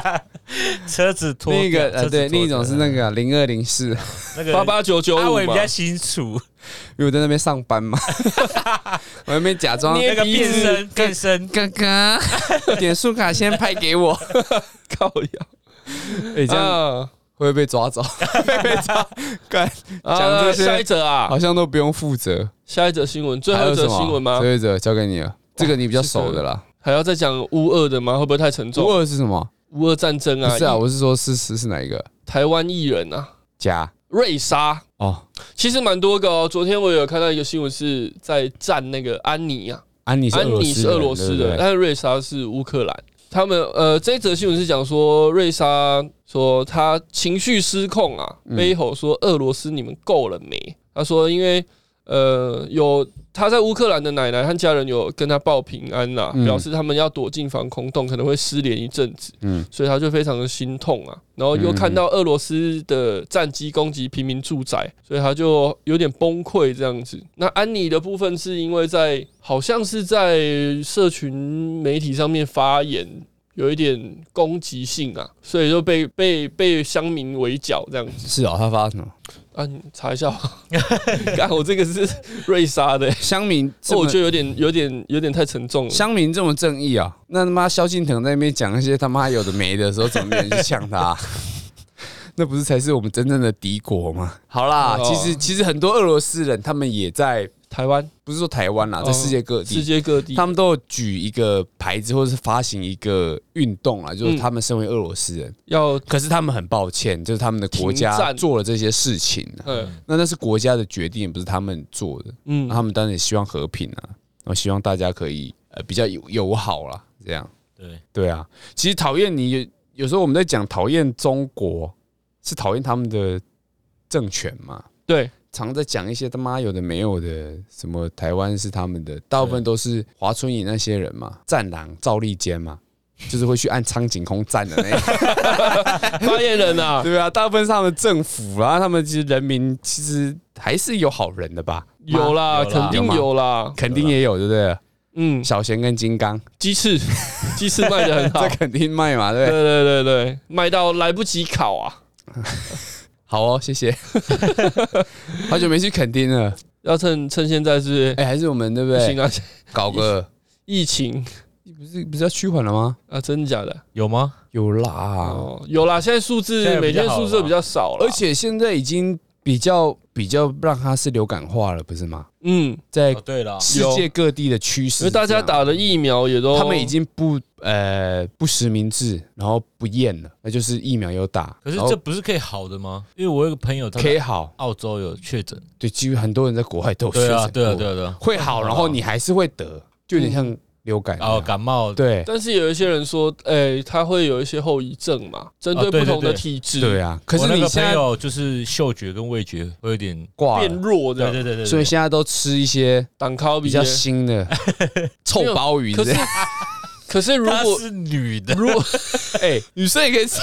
[SPEAKER 3] 车子拖
[SPEAKER 2] 那个对，
[SPEAKER 3] 车子拖
[SPEAKER 2] 另一种是那个0204，
[SPEAKER 3] 那个
[SPEAKER 1] 88995
[SPEAKER 3] 阿伟比较
[SPEAKER 1] 嘛，
[SPEAKER 3] 清楚，
[SPEAKER 2] 因为我在那边上班嘛，我在那边假装
[SPEAKER 1] 捏
[SPEAKER 3] 那个变身，
[SPEAKER 2] 哥哥，点数卡先拍给我，
[SPEAKER 1] 靠腰。
[SPEAKER 2] 哎，这样
[SPEAKER 1] 啊
[SPEAKER 2] 会不会被抓走？被抓，干讲这
[SPEAKER 1] 下一
[SPEAKER 2] 些
[SPEAKER 1] 则啊
[SPEAKER 2] 好，像都不用负责。
[SPEAKER 1] 下一则新闻，最后一则新闻吗？
[SPEAKER 2] 最后一则交给你了，这个你比较熟的啦。
[SPEAKER 1] 还要再讲乌俄的吗？会不会太沉重？
[SPEAKER 2] 乌俄是什么？
[SPEAKER 1] 乌俄战争啊，
[SPEAKER 2] 不是啊，我是说是哪一个？
[SPEAKER 1] 台湾艺人啊，
[SPEAKER 2] 假
[SPEAKER 1] 瑞莎。
[SPEAKER 2] 哦，
[SPEAKER 1] 其实蛮多个哦。昨天我有看到一个新闻是在战那个安妮啊，
[SPEAKER 2] 安妮是
[SPEAKER 1] 俄罗斯的，但是瑞莎是乌克兰。他们这一则新闻是讲说瑞莎说她情绪失控啊，悲吼说俄罗斯你们够了没？她说因为有她在乌克兰的奶奶和家人有跟她报平安啦，表示他们要躲进防空洞，可能会失联一阵子，所以她就非常的心痛啊。然后又看到俄罗斯的战机攻击平民住宅，所以她就有点崩溃这样子。那安妮的部分是因为好像是在社群媒体上面发言。有一点攻击性啊，所以就被乡民围剿这样子。
[SPEAKER 2] 是哦，他发什么？
[SPEAKER 1] 啊，你查一下吧。干，我这个是瑞莎的
[SPEAKER 2] 乡民，
[SPEAKER 1] 我觉得有点太沉重了。
[SPEAKER 2] 乡民这么正义啊，那他妈萧敬腾在那边讲一些他妈有的没的时候，怎么没人去呛他？那不是才是我们真正的敌国吗？好啦，其实很多俄罗斯人他们也在
[SPEAKER 1] 台湾，
[SPEAKER 2] 不是说台湾啦，在世界各地，他们都有举一个牌子或者是发行一个运动啦，就是他们身为俄罗斯人，可是他们很抱歉，就是他们的国家做了这些事情，那是国家的决定，不是他们做的。他们当然也希望和平啊，然后希望大家可以比较友好啦，这样。对啊，其实讨厌你，有时候我们在讲讨厌中国，是讨厌他们的政权嘛？
[SPEAKER 1] 对。
[SPEAKER 2] 常在讲一些他妈有的没有的，什么台湾是他们的，大部分都是华春莹那些人嘛，战狼赵立坚嘛，就是会去按苍井空战的那个
[SPEAKER 1] 发言人啊，
[SPEAKER 2] 对啊，大部分是他们政府啦，他们其实人民其实还是有好人的吧？
[SPEAKER 1] 有啦，肯定有啦，
[SPEAKER 2] 肯定也有，对不对？小贤跟金刚
[SPEAKER 1] 鸡翅卖得很好，
[SPEAKER 2] 这肯定卖嘛，对不
[SPEAKER 1] 对？对，卖到来不及烤啊。
[SPEAKER 2] 好哦，谢谢。好久没去垦丁了，
[SPEAKER 1] 要趁现在是不是？
[SPEAKER 2] 还是我们对不对？
[SPEAKER 1] 行啊，
[SPEAKER 2] 搞个
[SPEAKER 1] 疫情，
[SPEAKER 2] 不是要趋缓了吗？
[SPEAKER 1] 啊，真的假的？
[SPEAKER 3] 有吗？
[SPEAKER 2] 有啦，
[SPEAKER 1] 有啦。现在数字每天数字比较少了，
[SPEAKER 2] 而且现在已经比较让它是流感化了，不是吗？在世界各地的趋势，
[SPEAKER 1] 因为大家打的疫苗也都，
[SPEAKER 2] 他们已经不实名制，然后不验了，那就是疫苗有打。
[SPEAKER 3] 可是这不是可以好的吗？因为我有个朋友，他
[SPEAKER 2] 可以好，
[SPEAKER 3] 澳洲有确诊，
[SPEAKER 2] 对，几乎很多人在国外都有确诊过，
[SPEAKER 3] 对啊，
[SPEAKER 2] 会好，然后你还是会得，就有点像流感
[SPEAKER 3] 感冒，
[SPEAKER 2] 对。
[SPEAKER 1] 但是有一些人说，他会有一些后遗症嘛，针对不同的体质，
[SPEAKER 2] 对啊。可是你现在
[SPEAKER 3] 就是嗅觉跟味觉会有点
[SPEAKER 1] 变弱，这样，
[SPEAKER 3] 对，
[SPEAKER 2] 所以现在都吃一些
[SPEAKER 1] 挡靠
[SPEAKER 2] 比较新的臭鲍鱼。可是如果
[SPEAKER 3] 是女的，
[SPEAKER 2] 女生也可以吃。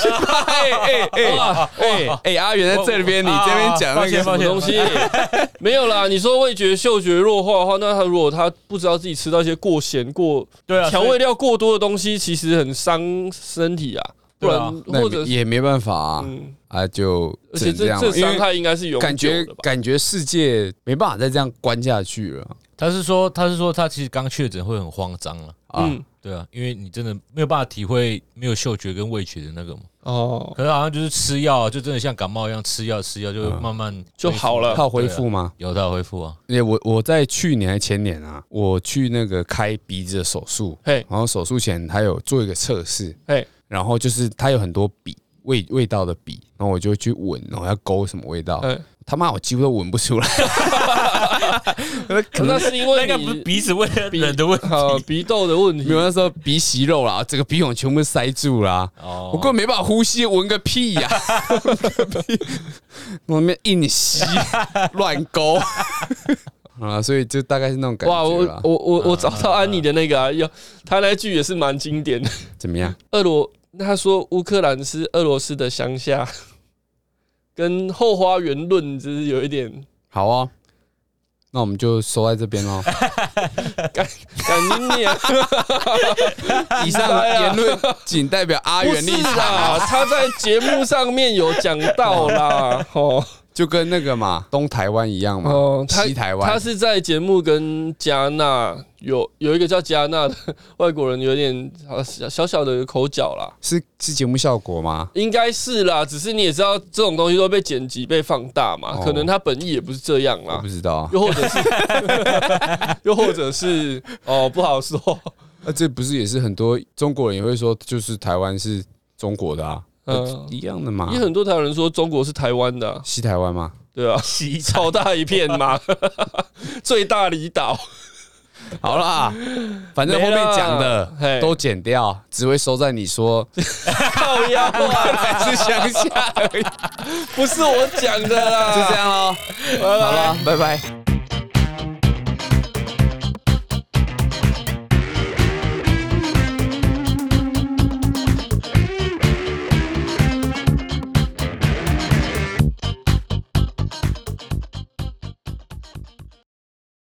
[SPEAKER 2] 阿元在这边，你这边讲那个
[SPEAKER 1] 什么东西没有啦？你说味觉、嗅觉弱化的话，那如果他不知道自己吃到一些过咸、调味料过多的东西，其实很伤身体啊。不然或者
[SPEAKER 2] 也没办法就
[SPEAKER 1] 而且这伤害应该是永久的吧？
[SPEAKER 2] 感觉世界没办法再这样关下去了。
[SPEAKER 3] 他是说他其实刚确诊会很慌张了对啊，因为你真的没有办法体会没有嗅觉跟味觉的那个嘛。可是好像就是吃药，就真的像感冒一样，吃药就慢慢
[SPEAKER 1] 就好了。
[SPEAKER 2] 他有恢复吗？
[SPEAKER 3] 有，他有恢复啊。
[SPEAKER 2] 因为我在去年还前年啊，我去那个开鼻子的手术，然后手术前还有做一个测试，然后就是它有很多笔味道的笔，然后我就去闻，然后要勾什么味道，他妈我几乎都闻不出来。
[SPEAKER 1] 那是因为
[SPEAKER 3] 那个不是鼻子味人的问题，
[SPEAKER 1] 鼻窦的问题。
[SPEAKER 2] 没有，那时候鼻息肉啦，整个鼻孔全部塞住啦，我根本没办法呼吸，闻个屁呀！我那边硬吸乱勾。所以就大概是那种感觉啦。
[SPEAKER 1] 我找到安妮的那个他那句也是蛮经典的。
[SPEAKER 2] 怎么样？
[SPEAKER 1] 他说乌克兰是俄罗斯的乡下，跟后花园论就是有一点
[SPEAKER 2] 好啊。 那我们就收在这边喽。
[SPEAKER 1] 干你娘！
[SPEAKER 2] 以上言论仅代表阿元立场，
[SPEAKER 1] 他在节目上面有讲到啦，
[SPEAKER 2] 就跟那个嘛东台湾一样嘛，西台湾。
[SPEAKER 1] 他是在节目跟加纳有一个叫加纳的外国人有点小小的口角啦，
[SPEAKER 2] 是节目效果吗？
[SPEAKER 1] 应该是啦，只是你也知道这种东西都被剪辑被放大嘛，可能他本意也不是这样啦，
[SPEAKER 2] 我不知道，
[SPEAKER 1] 又或者是不好说。
[SPEAKER 2] 这不是也是很多中国人也会说，就是台湾是中国的啊。一样的嘛，
[SPEAKER 1] 也很多台湾人说中国是台湾的，
[SPEAKER 2] 西台湾吗？
[SPEAKER 1] 对啊，超大一片嘛，最大离岛。
[SPEAKER 2] 好啦，反正后面讲的都剪掉，只会收在你说
[SPEAKER 1] 靠腰
[SPEAKER 2] 还是乡下而已，
[SPEAKER 1] 不是我讲的啦。
[SPEAKER 2] 就这样咯，好了，拜拜。